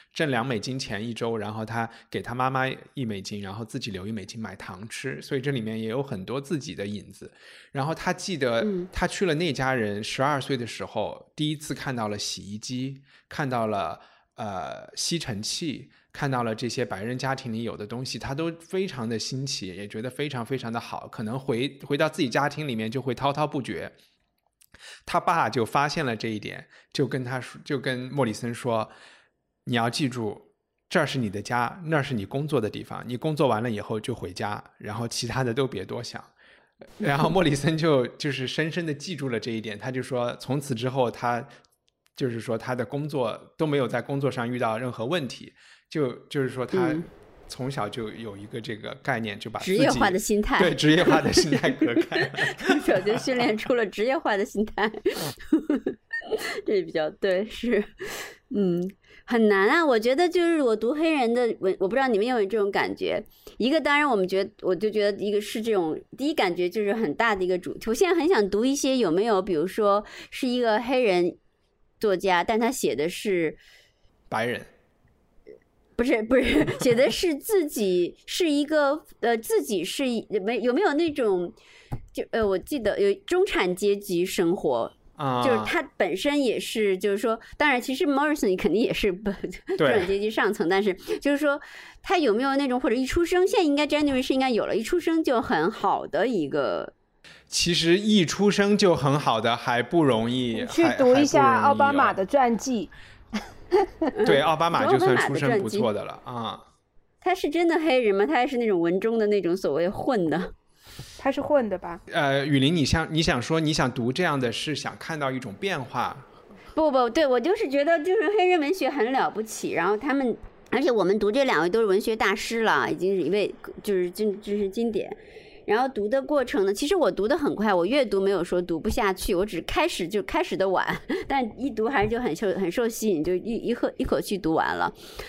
2美金钱一周，然后他给他妈妈1美金，然后自己留1美金买糖吃，所以这里面也有很多自己的影子。然后他记得他去了那家人12岁的时候，第一次看到了洗衣机，看到了吸尘器，看到了这些白人家庭里有的东西，他都非常的新奇，也觉得非常非常的好，可能回到自己家庭里面就会滔滔不绝。他爸就发现了这一点，就跟莫里森说，你要记住，这是你的家，那是你工作的地方，你工作完了以后就回家，然后其他的都别多想。然后莫里森就是深深的记住了这一点，他就说从此之后他就是说他的工作都没有在工作上遇到任何问题，就是说他从小就有一个这个概念，就把自己职业化的心态， 对职业化的心态隔开， 从小就训练出了职业化的心态，这比较对，是，很难啊。我觉得就是我读黑人的文，我不知道你们有没有这种感觉。一个当然我就觉得一个是这种第一感觉就是很大的一个主题。我现在很想读一些有没有，比如说是一个黑人作家，但他写的是白人。 不是写的是自己是一个自己是有没有那种我记得有中产阶级生活就是他本身也是，就是说，当然，其实 Morrison 肯定也是中产阶级上层，但是就是说，他有没有那种或者一出生，现在应该 January 是应该有了，一出生就很好的一个。 其实一出生就很好的还不容易， 去读一下奥巴马的传记。 对，奥巴马就算出身不错的了啊。 他是真的黑人吗？他还是那种文中的那种所谓混的？ 他是混的吧？ 雨林，你想说你想读这样的是想看到一种变化？ 不，对，我就是觉得就是黑人文学很了不起，然后他们，而且我们读这2位都是文学大师了，已经是一位就是经典。然后读的过程呢，其实我读得很快，我越读没有说读不下去，我只开始的晚，但一读还是就很受吸引，就一口气读完了。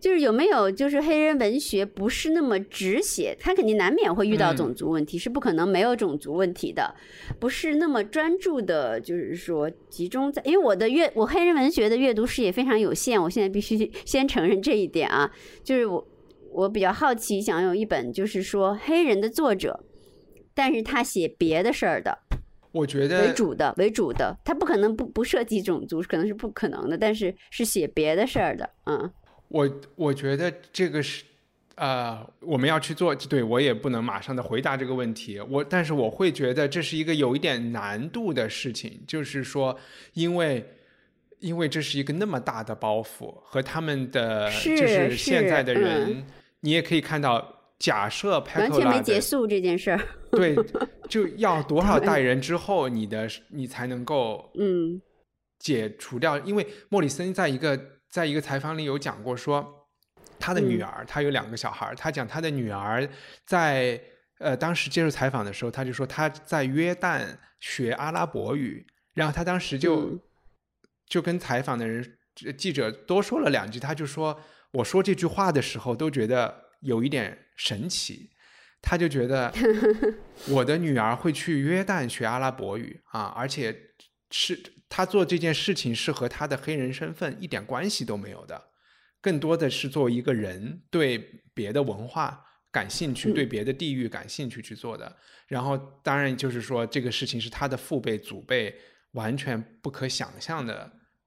就是有没有就是黑人文学不是那么只写，他肯定难免会遇到种族问题，是不可能没有种族问题的，不是那么专注的，就是说集中在，因为我黑人文学的阅读视野非常有限，我现在必须先承认这一点啊，就是我比较好奇，想有一本就是说黑人的作者，但是他写别的事儿的。 我觉得为主的，他不可能不涉及种族，可能是不可能的，但是是写别的事儿的， 我觉得这个是我们要去做，对，我也不能马上的回答这个问题，但是我会觉得这是一个有一点难度的事情，就是说因为这是一个那么大的包袱，和他们的就是现在的人，你也可以看到。假设 Pecola 完全没结束这件事儿， 对，就要多少代人之后，你才能够解除掉？因为莫里森在一个采访里有讲过说，他的女儿，他有2个小孩，他讲他的女儿在当时接受采访的时候，他就说他在约旦学阿拉伯语，然后他当时就跟采访的人记者多说了2句，他就说我说这句话的时候都觉得有一点神奇，他就觉得我的女儿会去约旦学阿拉伯语啊，而且是他做这件事情是和他的黑人身份一点关系都没有的，更多的是作为一个人对别的文化感兴趣，对别的地域感兴趣去做的。然后当然就是说这个事情是他的父辈祖辈完全不可想象的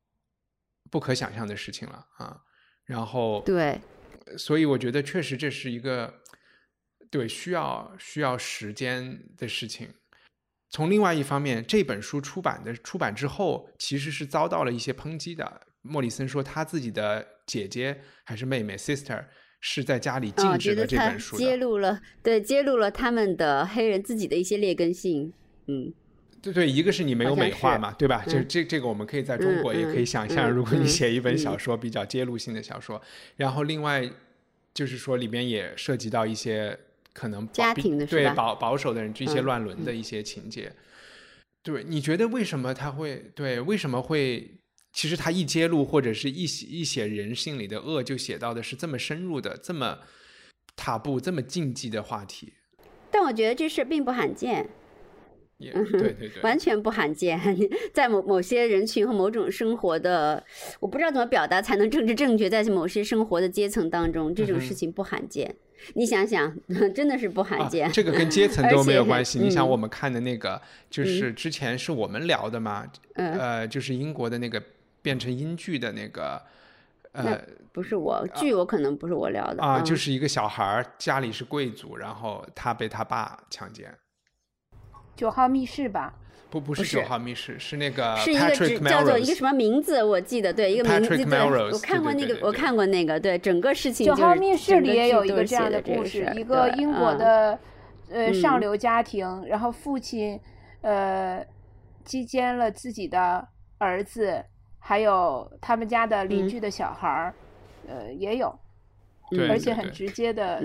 事情了啊。然后对，所以我觉得确实这是一个对需要时间的事情。从另外一方面，这本书出版之后其实是遭到了一些抨击的。莫里森说他自己的姐姐还是妹妹 sister 是在家里禁止了这本书的， 揭露了他们的黑人自己的一些劣根性。 对，一个是你没有美化嘛，对吧？这个我们可以在中国也可以想象，如果你写一本小说比较揭露性的小说，然后另外就是说里面也涉及到一些可能家庭的对保守的人一些乱伦的一些情节。对，你觉得为什么会其实他一揭露或者是一写人心里的恶，就写到的是这么深入的这么塔布这么禁忌的话题？ 但我觉得这事并不罕见。 对， 完全不罕见，在某些人群和某种生活的，我不知道怎么表达才能政治正确，在某些生活的阶层当中，这种事情不罕见。你想想，真的是不罕见。 这个跟阶层都没有关系。你想我们看的那个，就是之前是我们聊的嘛，就是英国的那个变成英剧的那个， 不是剧，我可能不是我聊的就是一个小孩家里是贵族，然后他被他爸强奸。 9号密室吧？ 不是9号密室，是那个是一个叫做一个什么名字，我记得，对，一个名字，对，我看过那个，我看过那个，对，整个事情。 9号密室里也有一个这样的故事，一个英国的上流家庭，然后父亲击奸了自己的儿子，还有他们家的邻居的小孩也有，而且很直接的，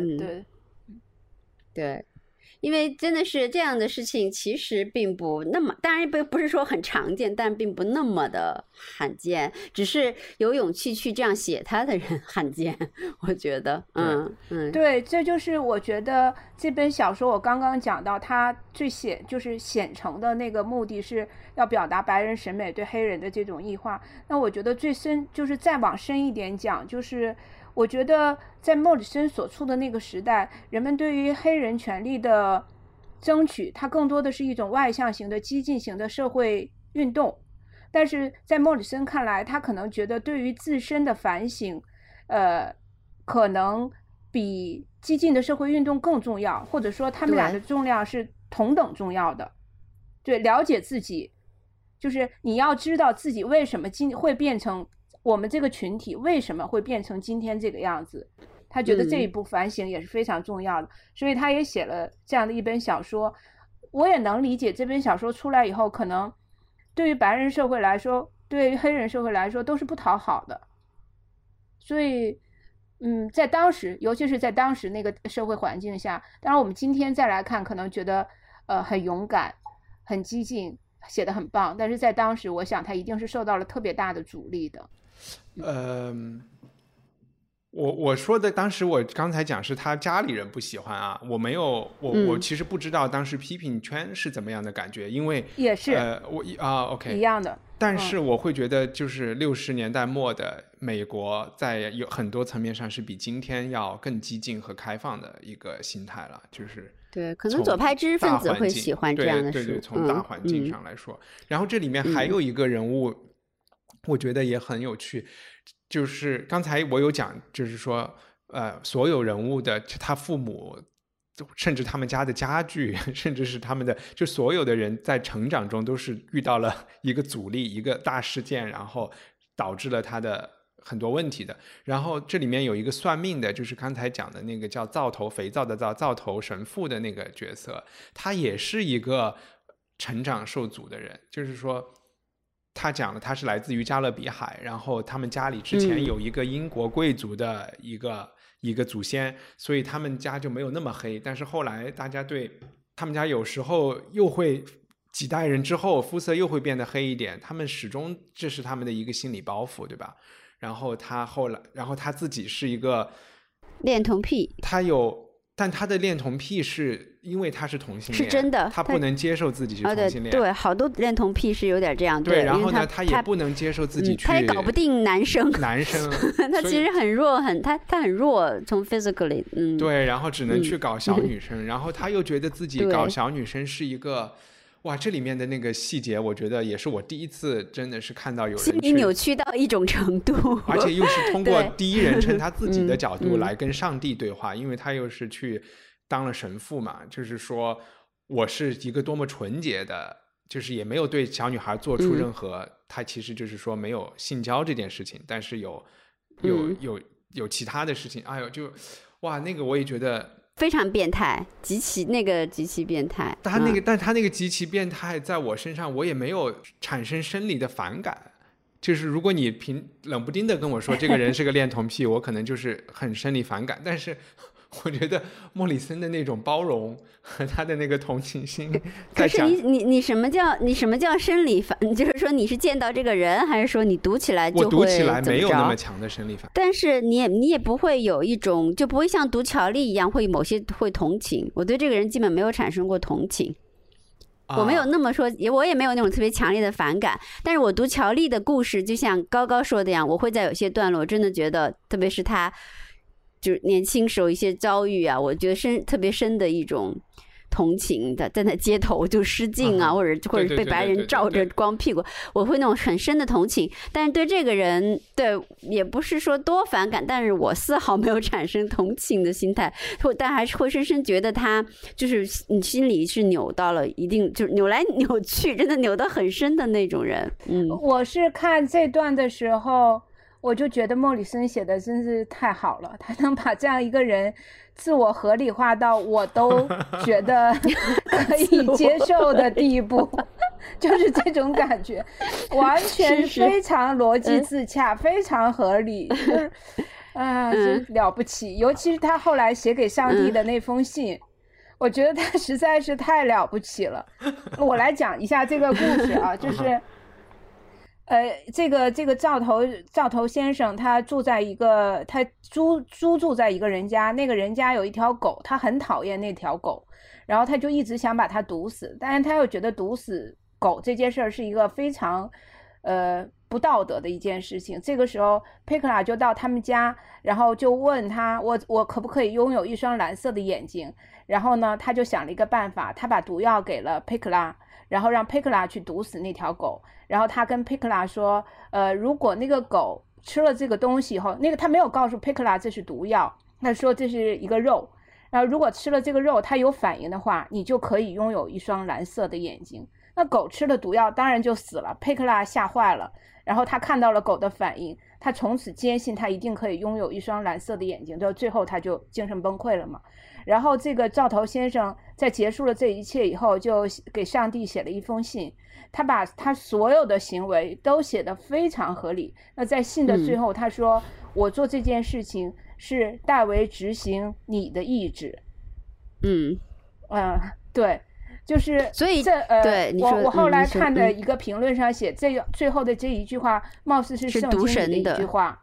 对。因为真的是这样的事情，其实并不那么，当然不是说很常见，但并不那么的罕见，只是有勇气去这样写他的人罕见，我觉得， 对，这就是我觉得这本小说我刚刚讲到，它就是显成的那个目的是要表达白人审美对黑人的这种异化。那我觉得最深就是再往深一点讲，就是我觉得在莫里森所处的那个时代，人们对于黑人权利的争取，它更多的是一种外向型的激进型的社会运动。但是在莫里森看来，他可能觉得对于自身的反省可能比激进的社会运动更重要，或者说他们俩的重量是同等重要的。对，了解自己，就是你要知道自己为什么会变成我们这个群体为什么会变成今天这个样子，他觉得这一步反省也是非常重要的，所以他也写了这样的一本小说。我也能理解这本小说出来以后，可能对于白人社会来说，对于黑人社会来说都是不讨好的。所以在当时，尤其是在当时那个社会环境下，当然我们今天再来看可能觉得很勇敢很激进，写得很棒，但是在当时我想他一定是受到了特别大的阻力的。 我说的当时我刚才讲是他家里人不喜欢啊，我没有我其实不知道当时批评圈是怎么样的感觉，因为也是 OK 一样的。 但是我会觉得就是60年代末的美国在有很多层面上是比今天要更激进和开放的一个心态了，就是对，可能左派知识分子会喜欢这样的书。 对，从大环境上来说。然后这里面还有一个人物，我觉得也很有趣，就是刚才我有讲，就是说所有人物的他父母，甚至他们家的家具，甚至是他们的，就所有的人在成长中都是遇到了一个阻力，一个大事件，然后导致了他的很多问题的。然后这里面有一个算命的，就是刚才讲的那个叫灶头，肥皂的灶头神父的那个角色，他也是一个成长受阻的人，就是说他讲了他是来自于加勒比海，然后他们家里之前有一个英国贵族的一个祖先，所以他们家就没有那么黑，但是后来大家对他们家有时候又会几代人之后肤色又会变得黑一点，他们始终这是他们的一个心理包袱，对吧？然后他自己是一个恋童癖， 但他的恋童癖是因为他是同性恋， 是真的， 他不能接受自己是同性恋。 对，好多恋童癖是有点这样。 对，然后呢，他也不能接受自己去， 他也搞不定男生。他其实很弱，他很弱，从 physically， 对，然后只能去搞小女生，然后他又觉得自己搞小女生是一个。哇，这里面的那个细节，我觉得也是我第一次真的是看到有人心理扭曲到一种程度， 而且又是通过第一人称他自己的角度来跟上帝对话，因为他又是去当了神父嘛，就是说我是一个多么纯洁的，就是也没有对小女孩做出任何，他其实就是说没有性交这件事情，但是有其他的事情，哎呦，就哇，那个我也觉得。 非常变态，极其变态。 但他那个极其变态，在我身上我也没有产生生理的反感。就是如果你冷不丁的跟我说这个人是个恋童癖，我可能就是很生理反感。但是我觉得莫里森的那种包容和他的那个同情心， 可是你什么叫生理反？就是说你是见到这个人，还是说你读起来就会我读起来没有那么强的生理反？ 但是你也不会有一种，就不会像读乔丽一样某些会同情。我对这个人基本没有产生过同情。我没有那么说，我也没有那种特别强烈的反感。但是我读乔丽的故事，就像高高说的一样，我会在有些段落真的觉得，特别是他就是年轻时候一些遭遇啊，我觉得特别深的一种同情的，站在街头就失禁啊，或者被白人照着光屁股，我会那种很深的同情。但是对这个人，对也不是说多反感，但是我丝毫没有产生同情的心态，但还是会深深觉得他就是你心里是扭到了一定，就是扭来扭去，真的扭到很深的那种人。 我是看这段的时候，我就觉得莫里森写的真是太好了，他能把这样一个人自我合理化到我都觉得可以接受的地步，就是这种感觉，完全非常逻辑自洽，非常合理，就是真了不起。尤其是他后来写给上帝的那封信，我觉得他实在是太了不起了。我来讲一下这个故事啊，就是这个赵头先生，他住在一个租住在一个人家，那个人家有一条狗，他很讨厌那条狗，然后他就一直想把它毒死，但是他又觉得毒死狗这件事儿是一个非常不道德的一件事情。这个时候佩克拉就到他们家，然后就问他，我可不可以拥有一双蓝色的眼睛？然后呢，他就想了一个办法，他把毒药给了佩克拉，然后让佩克拉去毒死那条狗。然后他跟佩克拉说，如果那个狗吃了这个东西以后，他没有告诉佩克拉这是毒药，他说这是一个肉，然后如果吃了这个肉它有反应的话，你就可以拥有一双蓝色的眼睛。那狗吃了毒药当然就死了，佩克拉吓坏了，然后他看到了狗的反应，他从此坚信他一定可以拥有一双蓝色的眼睛，最后他就精神崩溃了嘛。然后这个赵头先生在结束了这一切以后，就给上帝写了一封信，他把他所有的行为都写得非常合理。那在信的最后他说，我做这件事情是代为执行你的意志。对，就是所以对我后来看的一个评论上写，最后的这一句话貌似是圣经里的一句话。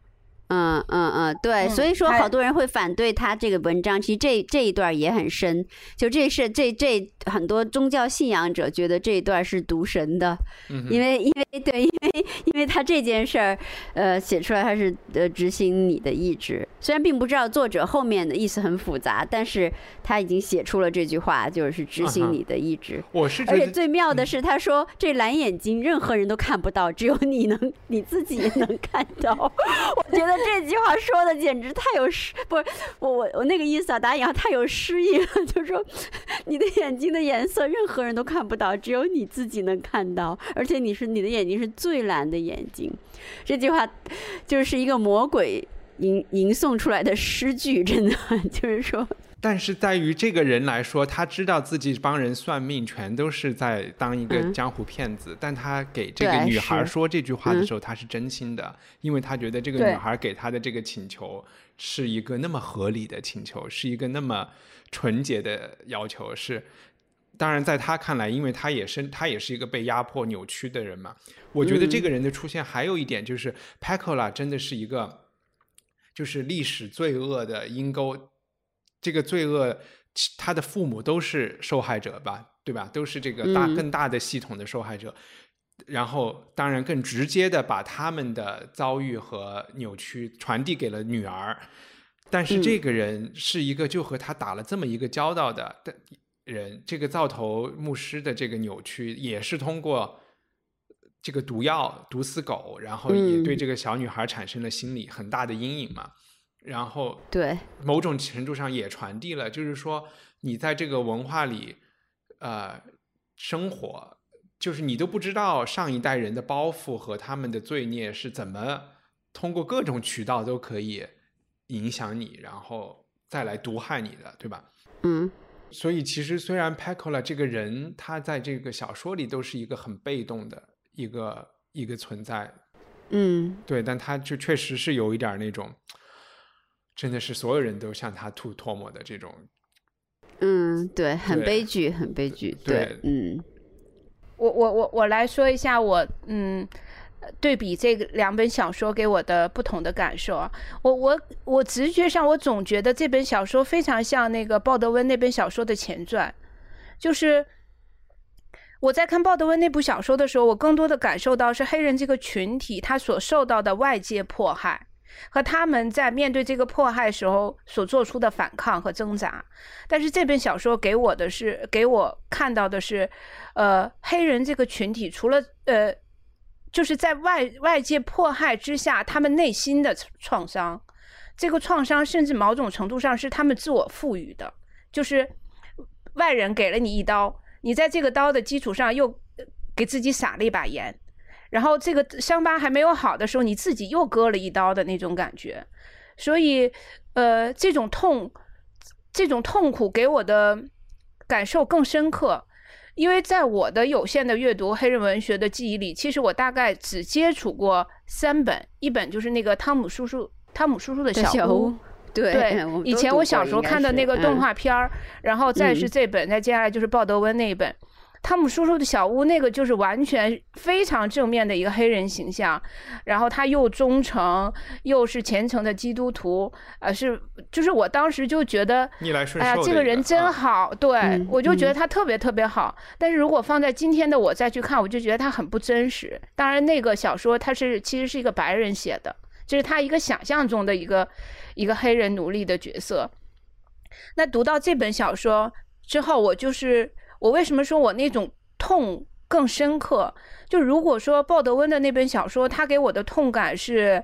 对，所以说好多人会反对他这个文章。其实这一段也很深，就这很多宗教信仰者觉得这一段是读神的，因为他这件事儿，写出来他是执行你的意志。虽然并不知道作者后面的意思很复杂，但是他已经写出了这句话，就是执行你的意志。 我是觉得， 而且最妙的是，他说这蓝眼睛任何人都看不到，只有你自己能看到。我觉得这句话说的简直太有我那个意思啊，打引号太有诗意了，就是说你的眼睛的颜色任何人都看不到，只有你自己能看到，而且你的眼睛是最蓝的眼睛。这句话就是一个魔鬼吟诵出来的诗句，真的就是说。 但是在于这个人来说，他知道自己帮人算命全都是在当一个江湖骗子，但他给这个女孩说这句话的时候，他是真心的，因为他觉得这个女孩给他的这个请求是一个那么合理的请求，是一个那么纯洁的要求。是当然在他看来，因为他也是一个被压迫扭曲的人嘛，我觉得这个人的出现还有一点就是 Pecola 真的是一个就是历史罪恶的阴沟。这个罪恶他的父母都是受害者吧，对吧？都是这个更大的系统的受害者，然后当然更直接的把他们的遭遇和扭曲传递给了女儿。但是这个人是一个就和他打了这么一个交道的人，这个灶头牧师的这个扭曲也是通过这个毒药毒死狗，然后也对这个小女孩产生了心理很大的阴影嘛。然后对某种程度上也传递了，就是说你在这个文化里生活，就是你都不知道上一代人的包袱和他们的罪孽是怎么通过各种渠道都可以影响你，然后再来毒害你的，对吧？所以其实虽然 Pecola 这个人他在这个小说里都是一个很被动的一个存在，对，但他就确实是有一点那种真的是所有人都向他吐唾沫的这种， 对，很悲剧，很悲剧。对， 我来说一下我对比这个两本小说给我的不同的感受。我直觉上我总觉得这本小说非常像那个鲍德温那本小说的前传，就是我在看鲍德温那部小说的时候，我更多的感受到是黑人这个群体他所受到的外界迫害和他们在面对这个迫害时候所做出的反抗和挣扎。但是这本小说给我看到的是黑人这个群体除了就是在外界迫害之下他们内心的创伤，这个创伤甚至某种程度上是他们自我赋予的，就是外人给了你一刀，你在这个刀的基础上又给自己撒了一把盐，然后这个伤疤还没有好的时候你自己又割了一刀的那种感觉。所以这种痛苦给我的感受更深刻，因为在我的有限的阅读黑人文学的记忆里，其实我大概只接触过3本，一本就是那个汤姆叔叔的小屋，对，以前我小时候看的那个动画片然后再是这本，再接下来就是鲍德温那一本汤姆叔叔的小屋，那个就是完全非常正面的一个黑人形象，然后他又忠诚又是虔诚的基督徒，就是我当时就觉得逆来顺受， 哎呀，这个人真好，对，我就觉得他特别特别好。但是如果放在今天的我再去看，我就觉得他很不真实。当然那个小说它其实是一个白人写的，这是他一个想象中的一个黑人奴隶的角色。那读到这本小说之后，我为什么说我那种痛更深刻，就如果说鲍德温的那本小说他给我的痛感是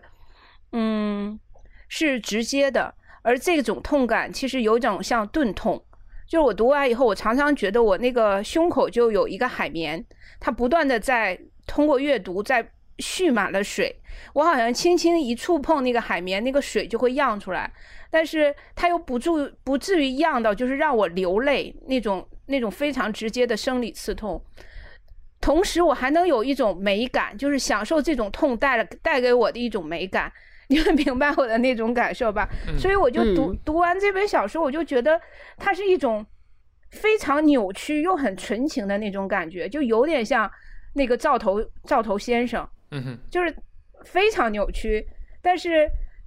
直接的，而这种痛感其实有一种像钝痛，就是我读完以后我常常觉得我那个胸口就有一个海绵，它不断的在通过阅读在蓄满了水，我好像轻轻一触碰那个海绵，那个水就会漾出来，但是它又不至于漾到就是让我流泪那种非常直接的生理刺痛。同时我还能有一种美感，就是享受这种痛带给我的一种美感，你会明白我的那种感受吧？所以我就读完这本小说，我就觉得它是一种非常扭曲又很纯情的那种感觉，就有点像那个灶头先生，就是非常扭曲，但是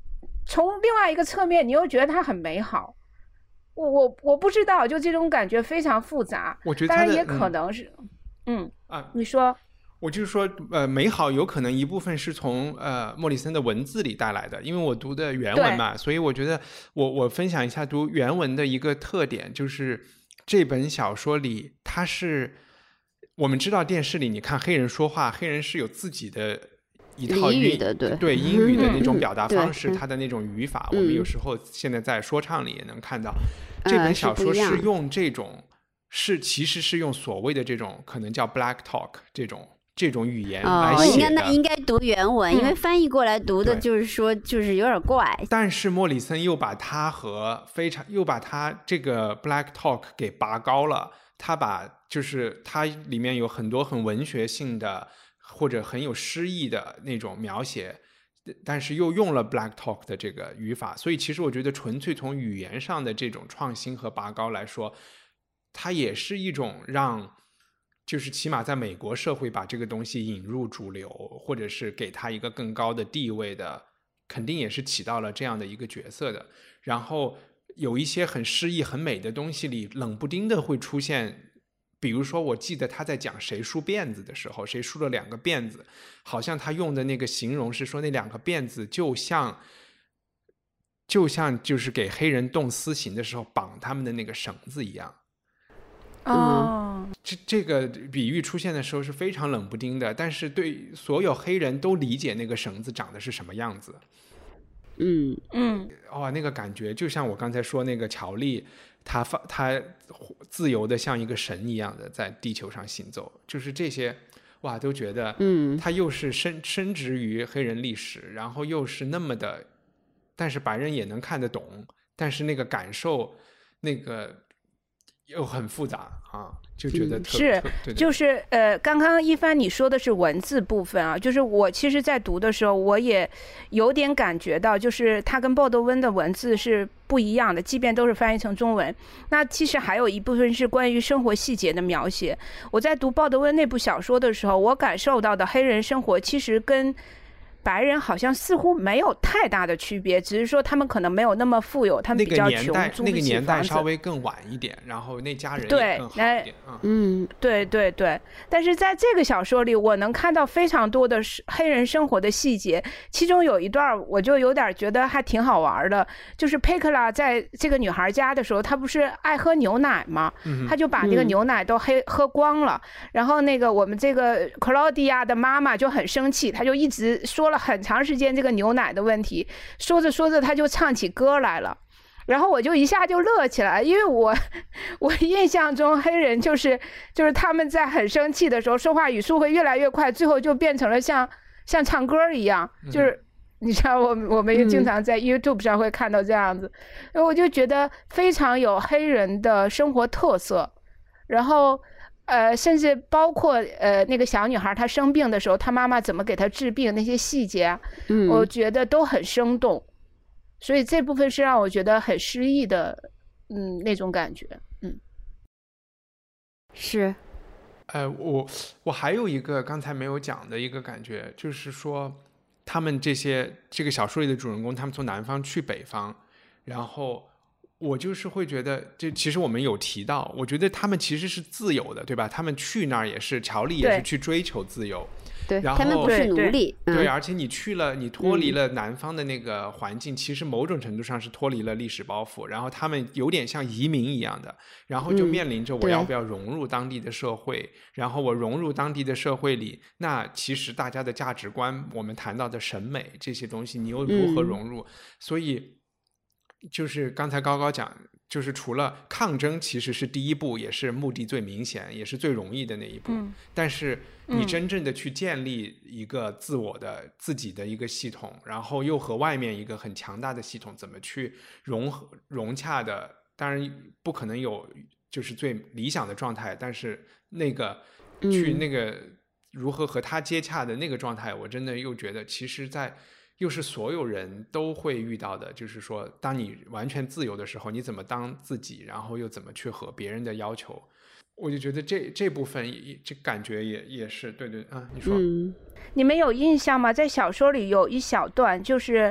从另外一个侧面，你又觉得它很美好。我不知道，就这种感觉非常复杂。 我觉得当然也可能是，你说。 我就是说，美好有可能一部分是从莫里森的文字里带来的，因为我读的原文嘛，所以我觉得我分享一下读原文的一个特点，就是这本小说里，它是我们知道电视里你看黑人说话，黑人是有自己的一套英语的对英语的那种表达方式，它的那种语法，我们有时候现在在说唱里也能看到，这本小说是用这种其实是用所谓的这种可能叫 black talk 这种语言来写的。 那应该读原文，因为翻译过来读的就是说就是有点怪。 但是莫里森又把他这个 black talk 给拔高了，就是它里面有很多很文学性的或者很有诗意的那种描写，但是又用了 black talk 的这个语法，所以其实我觉得纯粹从语言上的这种创新和拔高来说，它也是一种就是起码在美国社会把这个东西引入主流，或者是给它一个更高的地位的，肯定也是起到了这样的一个角色的。然后有一些很诗意很美的东西里，冷不丁的会出现，比如说我记得他在讲谁梳辫子的时候，谁梳了2个辫子，好像他用的那个形容是说那2个辫子就像就是给黑人动私刑的时候绑他们的那个绳子一样。这个比喻出现的时候是非常冷不丁的，但是对所有黑人都理解那个绳子长得是什么样子。那个感觉就像我刚才说那个乔丽，他自由的像一个神一样的在地球上行走，就是这些都觉得他又是深植于黑人历史，然后又是那么的，但是白人也能看得懂，但是那个感受那个又很复杂就觉得就是刚刚一帆你说的是文字部分啊，就是我其实在读的时候我也有点感觉到，就是它跟鲍德温的文字是不一样的，即便都是翻译成中文。那其实还有一部分是关于生活细节的描写。我在读鲍德温那部小说的时候，我感受到的黑人生活其实跟白人好像似乎没有太大的区别，只是说他们可能没有那么富有，他们比较穷， 那个年代稍微更晚一点，然后那家人也更好一点。 对。但是在这个小说里，我能看到非常多的黑人生活的细节，其中有一段我就有点觉得还挺好玩的，就是佩克拉在这个女孩家的时候，她不是爱喝牛奶吗？她就把那个牛奶都喝光了，然后那个我们这个 Claudia 的妈妈就很生气，她就一直说了很长时间这个牛奶的问题，说着说着他就唱起歌来了，然后我就一下就乐起来，因为我印象中黑人就是他们在很生气的时候说话语速会越来越快，最后就变成了像唱歌一样，就是你知道我们也经常在 YouTube 上会看到这样子，我就觉得非常有黑人的生活特色。然后甚至包括那个小女孩她生病的时候，她妈妈怎么给她治病，那些细节我觉得都很生动，所以这部分是让我觉得很诗意的那种感觉。 是我还有一个刚才没有讲的一个感觉，就是说他们这个小说里的主人公，他们从南方去北方，然后我就是会觉得，这其实我们有提到，我觉得他们其实是自由的，对吧？他们去那儿也是，乔丽也是去追求自由， 对， 然后他们不是奴隶， 对，而且你脱离了南方的那个环境，其实某种程度上是脱离了历史包袱，然后他们有点像移民一样的，然后就面临着我要不要融入当地的社会，然后我融入当地的社会里，那其实大家的价值观，我们谈到的审美这些东西，你又如何融入？所以就是刚才高高讲，就是除了抗争其实是第一步，也是目的最明显，也是最容易的那一步，但是你真正的去建立一个自己的一个系统，然后又和外面一个很强大的系统怎么去融洽的，当然不可能有就是最理想的状态，但是那个如何和他接洽的那个状态，我真的又觉得其实又是所有人都会遇到的，就是说当你完全自由的时候，你怎么当自己，然后又怎么去和别人的要求，我就觉得这部分这感觉也是对你说。 你们有印象吗？在小说里有一小段，就是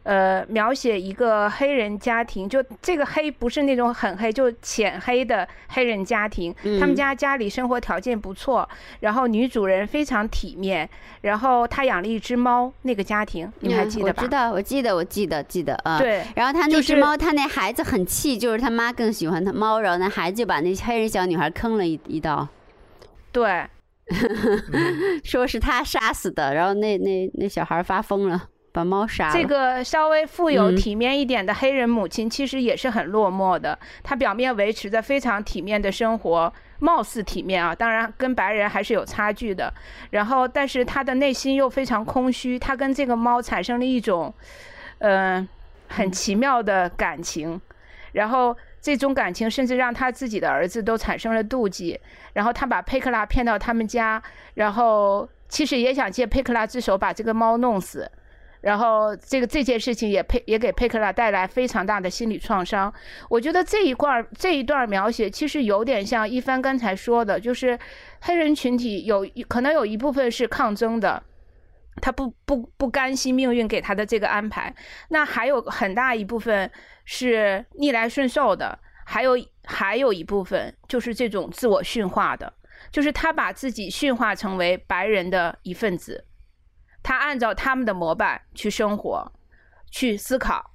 描写一个黑人家庭，就这个黑不是那种很黑，就浅黑的黑人家庭，他们家里生活条件不错，然后女主人非常体面，然后她养了一只猫，那个家庭你还记得吧？ 我记得啊。 对， 然后他那只猫，他那孩子很气，就是他妈更喜欢他猫，然后那孩子就把那黑人小女孩坑了一刀。 对。 说是他杀死的，然后那小孩发疯了，把猫杀了。 这个稍微富有体面一点的黑人母亲其实也是很落寞的，她表面维持着非常体面的生活，貌似体面啊，当然跟白人还是有差距的。然后但是她的内心又非常空虚，她跟这个猫产生了一种很奇妙的感情，然后这种感情甚至让他自己的儿子都产生了妒忌，然后他把佩克拉骗到他们家，然后其实也想借佩克拉之手把这个猫弄死，然后这件事情也给佩克拉带来非常大的心理创伤。我觉得这一段描写其实有点像一帆刚才说的，就是黑人群体可能有一部分是抗争的，他不甘心命运给他的这个安排，那还有很大一部分是逆来顺受的，还有一部分就是这种自我驯化的，就是他把自己驯化成为白人的一份子，他按照他们的模板去生活，去思考，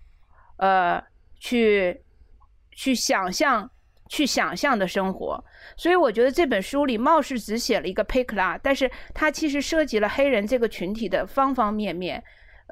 去想象的生活。所以我觉得这本书里貌似只写了一个佩克拉，但是它其实涉及了黑人这个群体的方方面面，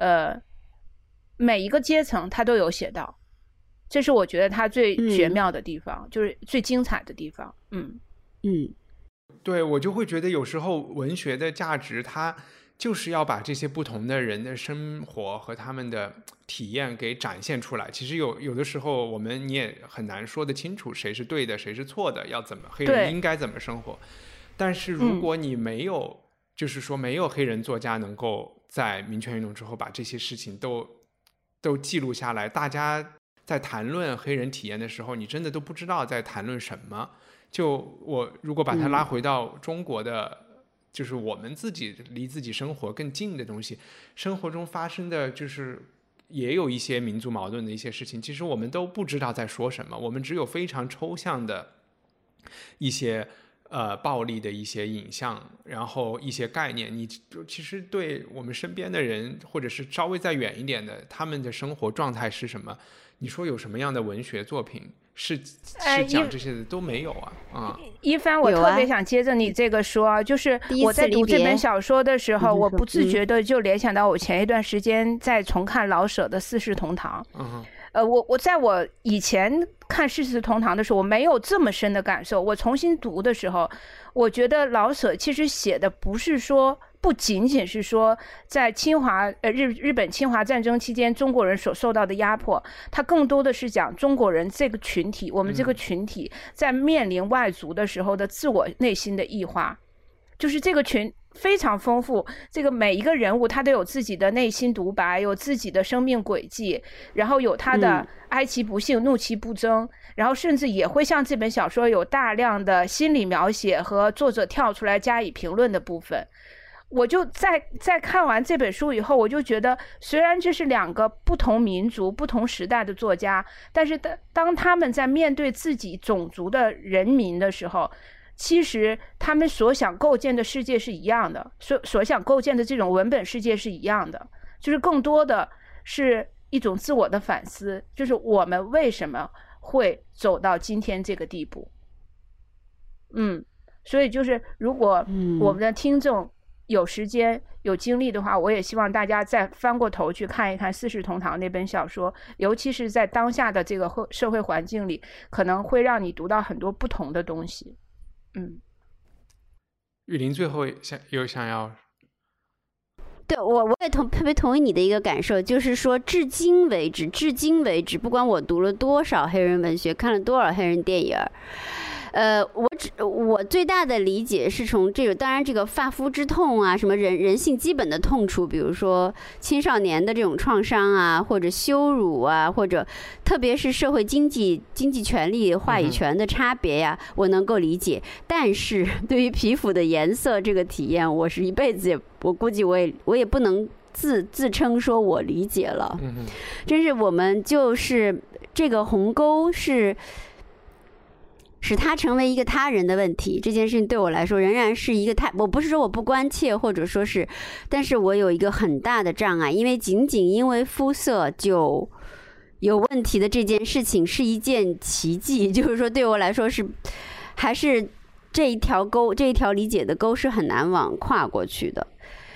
每一个阶层它都有写到，这是我觉得它最绝妙的地方，就是最精彩的地方。 对，我就会觉得有时候文学的价值它就是要把这些不同的人的生活和他们的体验给展现出来。其实有的时候你也很难说得清楚谁是对的谁是错的，黑人应该怎么生活。但是如果你没有就是说没有黑人作家能够在民权运动之后把这些事情都记录下来，大家在谈论黑人体验的时候你真的都不知道在谈论什么。就我如果把它拉回到中国的就是我们自己离自己生活更近的东西，生活中发生的就是也有一些民族矛盾的一些事情，其实我们都不知道在说什么，我们只有非常抽象的一些暴力的一些影像，然后一些概念，你其实对我们身边的人或者是稍微再远一点的他们的生活状态是什么，你说有什么样的文学作品是讲这些的都没有啊。 一帆，我特别想接着你这个说，就是我在读这本小说的时候，我不自觉的就联想到我前一段时间在重看老舍的《四世同堂》。我在我以前看《四世同堂》的时候，我没有这么深的感受。我重新读的时候，我觉得老舍其实写的不仅仅是说在日本侵华战争期间中国人所受到的压迫，它更多的是讲中国人这个群体，我们这个群体在面临外族的时候的自我内心的异化，就是这个群非常丰富，这个每一个人物他都有自己的内心独白，有自己的生命轨迹，然后有他的哀其不幸怒其不争，然后甚至也会像这本小说有大量的心理描写和作者跳出来加以评论的部分。我就在看完这本书以后，我就觉得虽然这是两个不同民族不同时代的作家，但是当他们在面对自己种族的人民的时候，其实他们所想构建的世界是一样的，所想构建的这种文本世界是一样的，就是更多的是一种自我的反思，就是我们为什么会走到今天这个地步。所以就是如果我们的听众有时间有精力的话，我也希望大家再翻过头去看一看《四世同堂》那本小说，尤其是在当下的这个社会环境里，可能会让你读到很多不同的东西。 玉林最后想要， 对，我也特别同意你的一个感受，就是说至今为止，不管我读了多少黑人文学，看了多少黑人电影，我最大的理解是从这个，当然这个发肤之痛啊，什么人性基本的痛处，比如说青少年的这种创伤啊，或者羞辱啊，或者特别是社会经济权利话语权的差别呀，我能够理解。但是对于皮肤的颜色这个体验，我是一辈子我估计我也不能自称说我理解了，真是我们就是这个鸿沟是使他成为一个他人的问题，这件事情对我来说仍然是一个我不是说我不关切，或者说是，但是我有一个很大的障碍，因为仅仅因为肤色就有问题的这件事情是一件奇迹，就是说对我来说是还是这一条理解的沟是很难往跨过去的。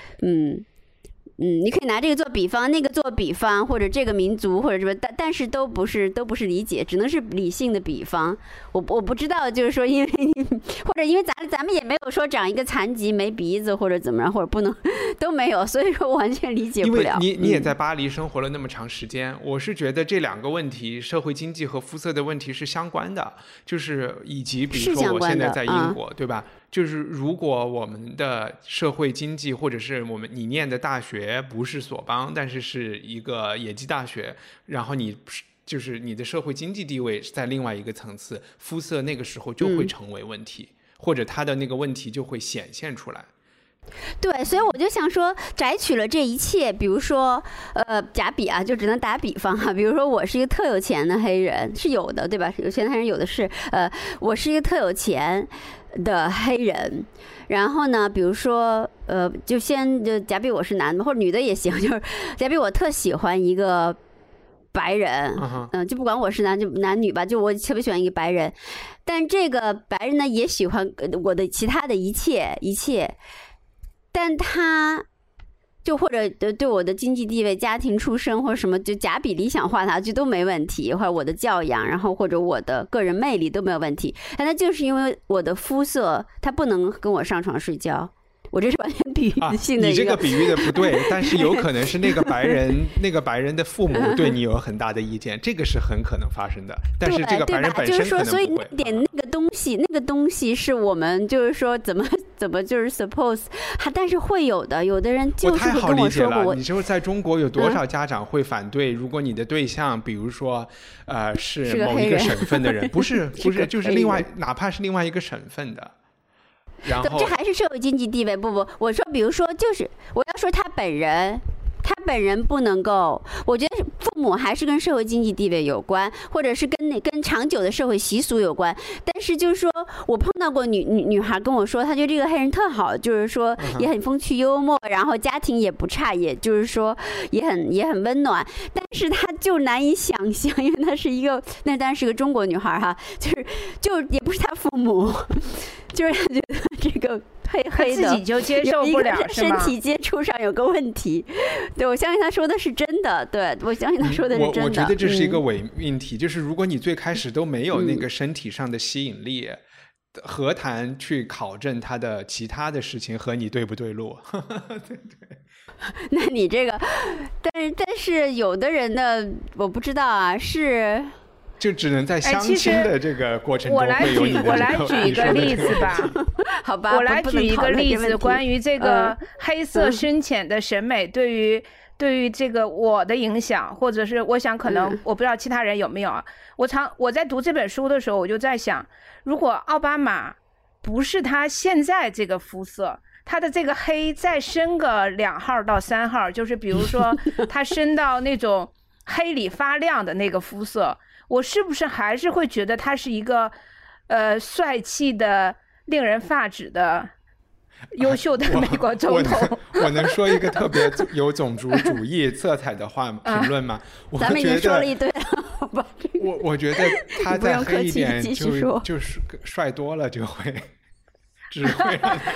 你可以拿这个做比方，那个做比方，或者这个民族或者什么，但是都不是理解，只能是理性的比方。我不知道，就是说，因为或者因为咱们也没有说长一个残疾没鼻子或者怎么样，或者不能都没有，所以说完全理解不了。 因为你也在巴黎生活了那么长时间，我是觉得这两个问题，社会经济和肤色的问题是相关的，就是以及比如说我现在在英国，对吧？就是如果我们的社会经济或者是你念的大学不是索邦，但是是一个野鸡大学，然后就是你的社会经济地位是在另外一个层次，肤色那个时候就会成为问题，或者它的那个问题就会显现出来。 对，所以我就想说，摘取了这一切，比如说，假比啊，就只能打比方哈，比如说我是一个特有钱的黑人，是有的，对吧？有钱的黑人有的是，我是一个特有钱的黑人，然后呢，比如说，就假比我是男的或者女的也行，就是假比我特喜欢一个白人，就不管我是男女吧，就我特别喜欢一个白人，但这个白人呢也喜欢我的其他的一切。但他就或者对我的经济地位、家庭出身或者什么，就假比理想化他就都没问题，或者我的教养，然后或者我的个人魅力都没有问题。但他就是因为我的肤色，他不能跟我上床睡觉。我这是完全比喻性的一个， 你这个比喻的不对，但是有可能是那个白人的父母对你有很大的意见，这个是很可能发生的。但是这个白人本身可能不会。就是说， 所以那点那个东西是我们就是说怎么就是 suppose， 但是会有的，有的人就是会跟我说过。 你说在中国有多少家长会反对？如果你的对象，比如说是某一个省份的人，不是就是哪怕是另外一个省份的。然后这还是社会经济地位，不，我说，比如说，就是我要说他本人不能够，我觉得父母还是跟社会经济地位有关，或者是跟长久的社会习俗有关。但是就是说我碰到过女孩跟我说，她觉得这个黑人特好，就是说也很风趣幽默，然后家庭也不差，也就是说也很温暖。但是她就难以想象，因为她是一个，那当然是个中国女孩哈，就也不是她父母，就是她觉得这个黑的自己就接受不了，是吗？ 身体接触上有个问题。对，我相信他说的是真的。对，我相信他说的是真的。 我觉得这是一个伪命题，就是如果你最开始都没有那个身体上的吸引力，何谈去考证他的其他的事情和你对不对路？对。 那你这个，但是有的人呢，我不知道啊，是。 就只能在相亲的这个过程中我来举一个例子吧。 好吧， 我来举一个例子，关于这个黑色深浅的审美对于这个我的影响，或者是我想可能我不知道其他人有没有啊。我在读这本书的时候，我就在想，如果奥巴马不是他现在这个肤色，他的这个黑再深个2号到3号，就是比如说他深到那种黑里发亮的那个肤色，我是不是还是会觉得他是一个帅气的令人发指的优秀的美国总统？ 我能说一个特别有种族主义色彩的话评论吗？ 咱们已经说了一堆了，好吧？ 我觉得他再黑一点就是帅多了就会只会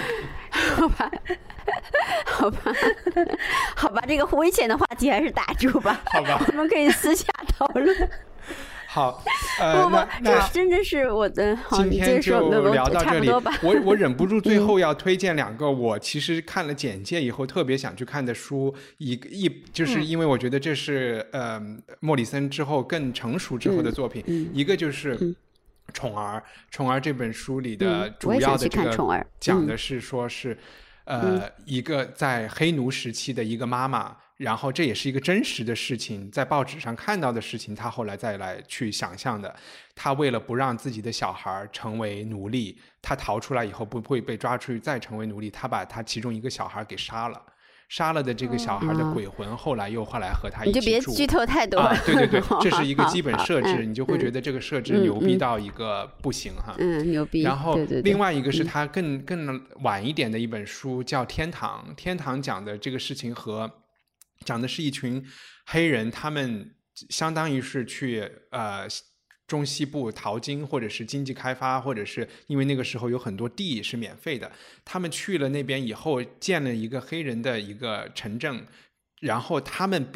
好吧，这个危险的话题还是打住吧。 好吧， 我们可以私下讨论。 好， 这真的是我的。 今天就聊到这里。我忍不住最后要推荐2个我其实看了简介以后特别想去看的书，就是因为我觉得这是莫里森之后更成熟之后的作品，一个就是宠儿这本书里的主要的这个讲的是说是一个在黑奴时期的一个妈妈，然后这也是一个真实的事情，在报纸上看到的事情，他后来再来去想象的。他为了不让自己的小孩成为奴隶，他逃出来以后不会被抓出去再成为奴隶，他把他其中一个小孩给杀了， 杀了的这个小孩的鬼魂后来和他一起住。 你就别剧透太多了。 对对对，这是一个基本设置，你就会觉得这个设置牛逼到一个不行哈。 牛逼。 然后对对对， 另外一个是他更晚一点的一本书叫《天堂》，天堂讲的这个事情讲的是一群黑人，他们相当于是去中西部淘金，或者是经济开发，或者是因为那个时候有很多地是免费的，他们去了那边以后建了一个黑人的一个城镇，然后他们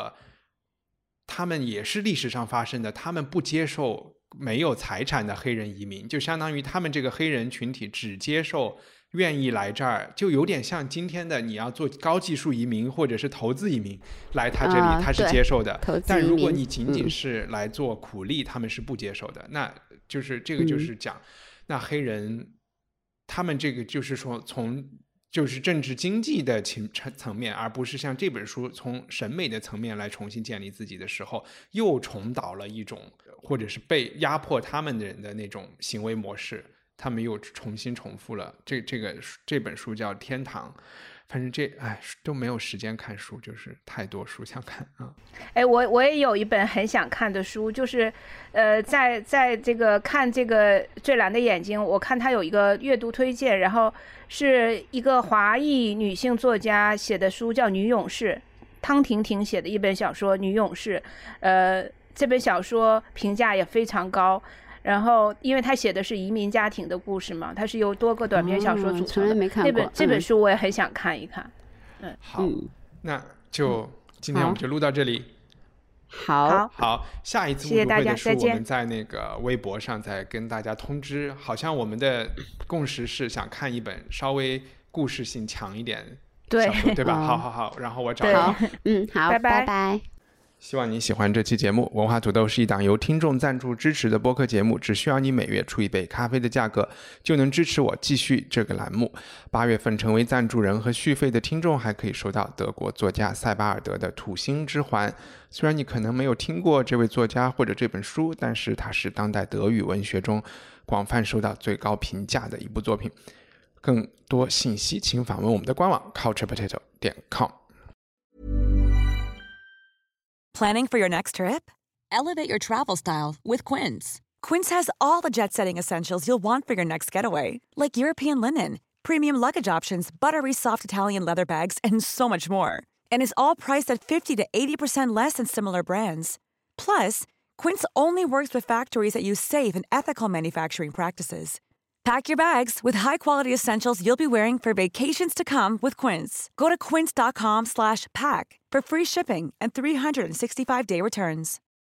也是历史上发生的，他们不接受没有财产的黑人移民，就相当于他们这个黑人群体只接受愿意来这儿，就有点像今天的你要做高技术移民或者是投资移民来他这里，他是接受的。但如果你仅仅是来做苦力，他们是不接受的。那就是这个就是讲，那黑人他们这个就是说从就是政治经济的层面，而不是像这本书从审美的层面来重新建立自己的时候，又重蹈了一种或者是被压迫他们的人的那种行为模式。他们又重新重复了这本书叫《天堂》，反正都没有时间看书，就是太多书想看啊。 我也有一本很想看的书，就是在这个看这个最蓝的眼睛，我看他有一个阅读推荐，然后是一个华裔女性作家写的书，叫《女勇士》，汤婷婷写的一本小说《女勇士》，这本小说评价也非常高。然后因为他写的是移民家庭的故事嘛，他是由多个短篇小说组成的， 从来没看过。 这本书我也很想看一看。 好，那就今天我们就录到这里。 好， 下一次误读会的书我们在那个微博上再跟大家通知。好像我们的共识是想看一本稍微故事性强一点小说，对吧？好，然后我找好，好，拜拜。 希望你喜欢这期节目。文化土豆是一档由听众赞助支持的播客节目，只需要你每月出一杯咖啡的价格，就能支持我继续这个栏目。8月份成为赞助人和续费的听众还可以收到德国作家塞巴尔德的《土星之环》。虽然你可能没有听过这位作家或者这本书，但是它是当代德语文学中广泛受到最高评价的一部作品。更多信息请访问我们的官网 culturepotato.com。 Planning for your next trip? Elevate your travel style with Quince. Quince has all the jet-setting essentials you'll want for your next getaway, like European linen, premium luggage options, buttery soft Italian leather bags, and so much more. And is all priced at 50 to 80% less than similar brands. Plus, Quince only works with factories that use safe and ethical manufacturing practices. Pack your bags with high-quality essentials you'll be wearing for vacations to come with Quince. Go to quince.com/pack for free shipping and 365-day returns.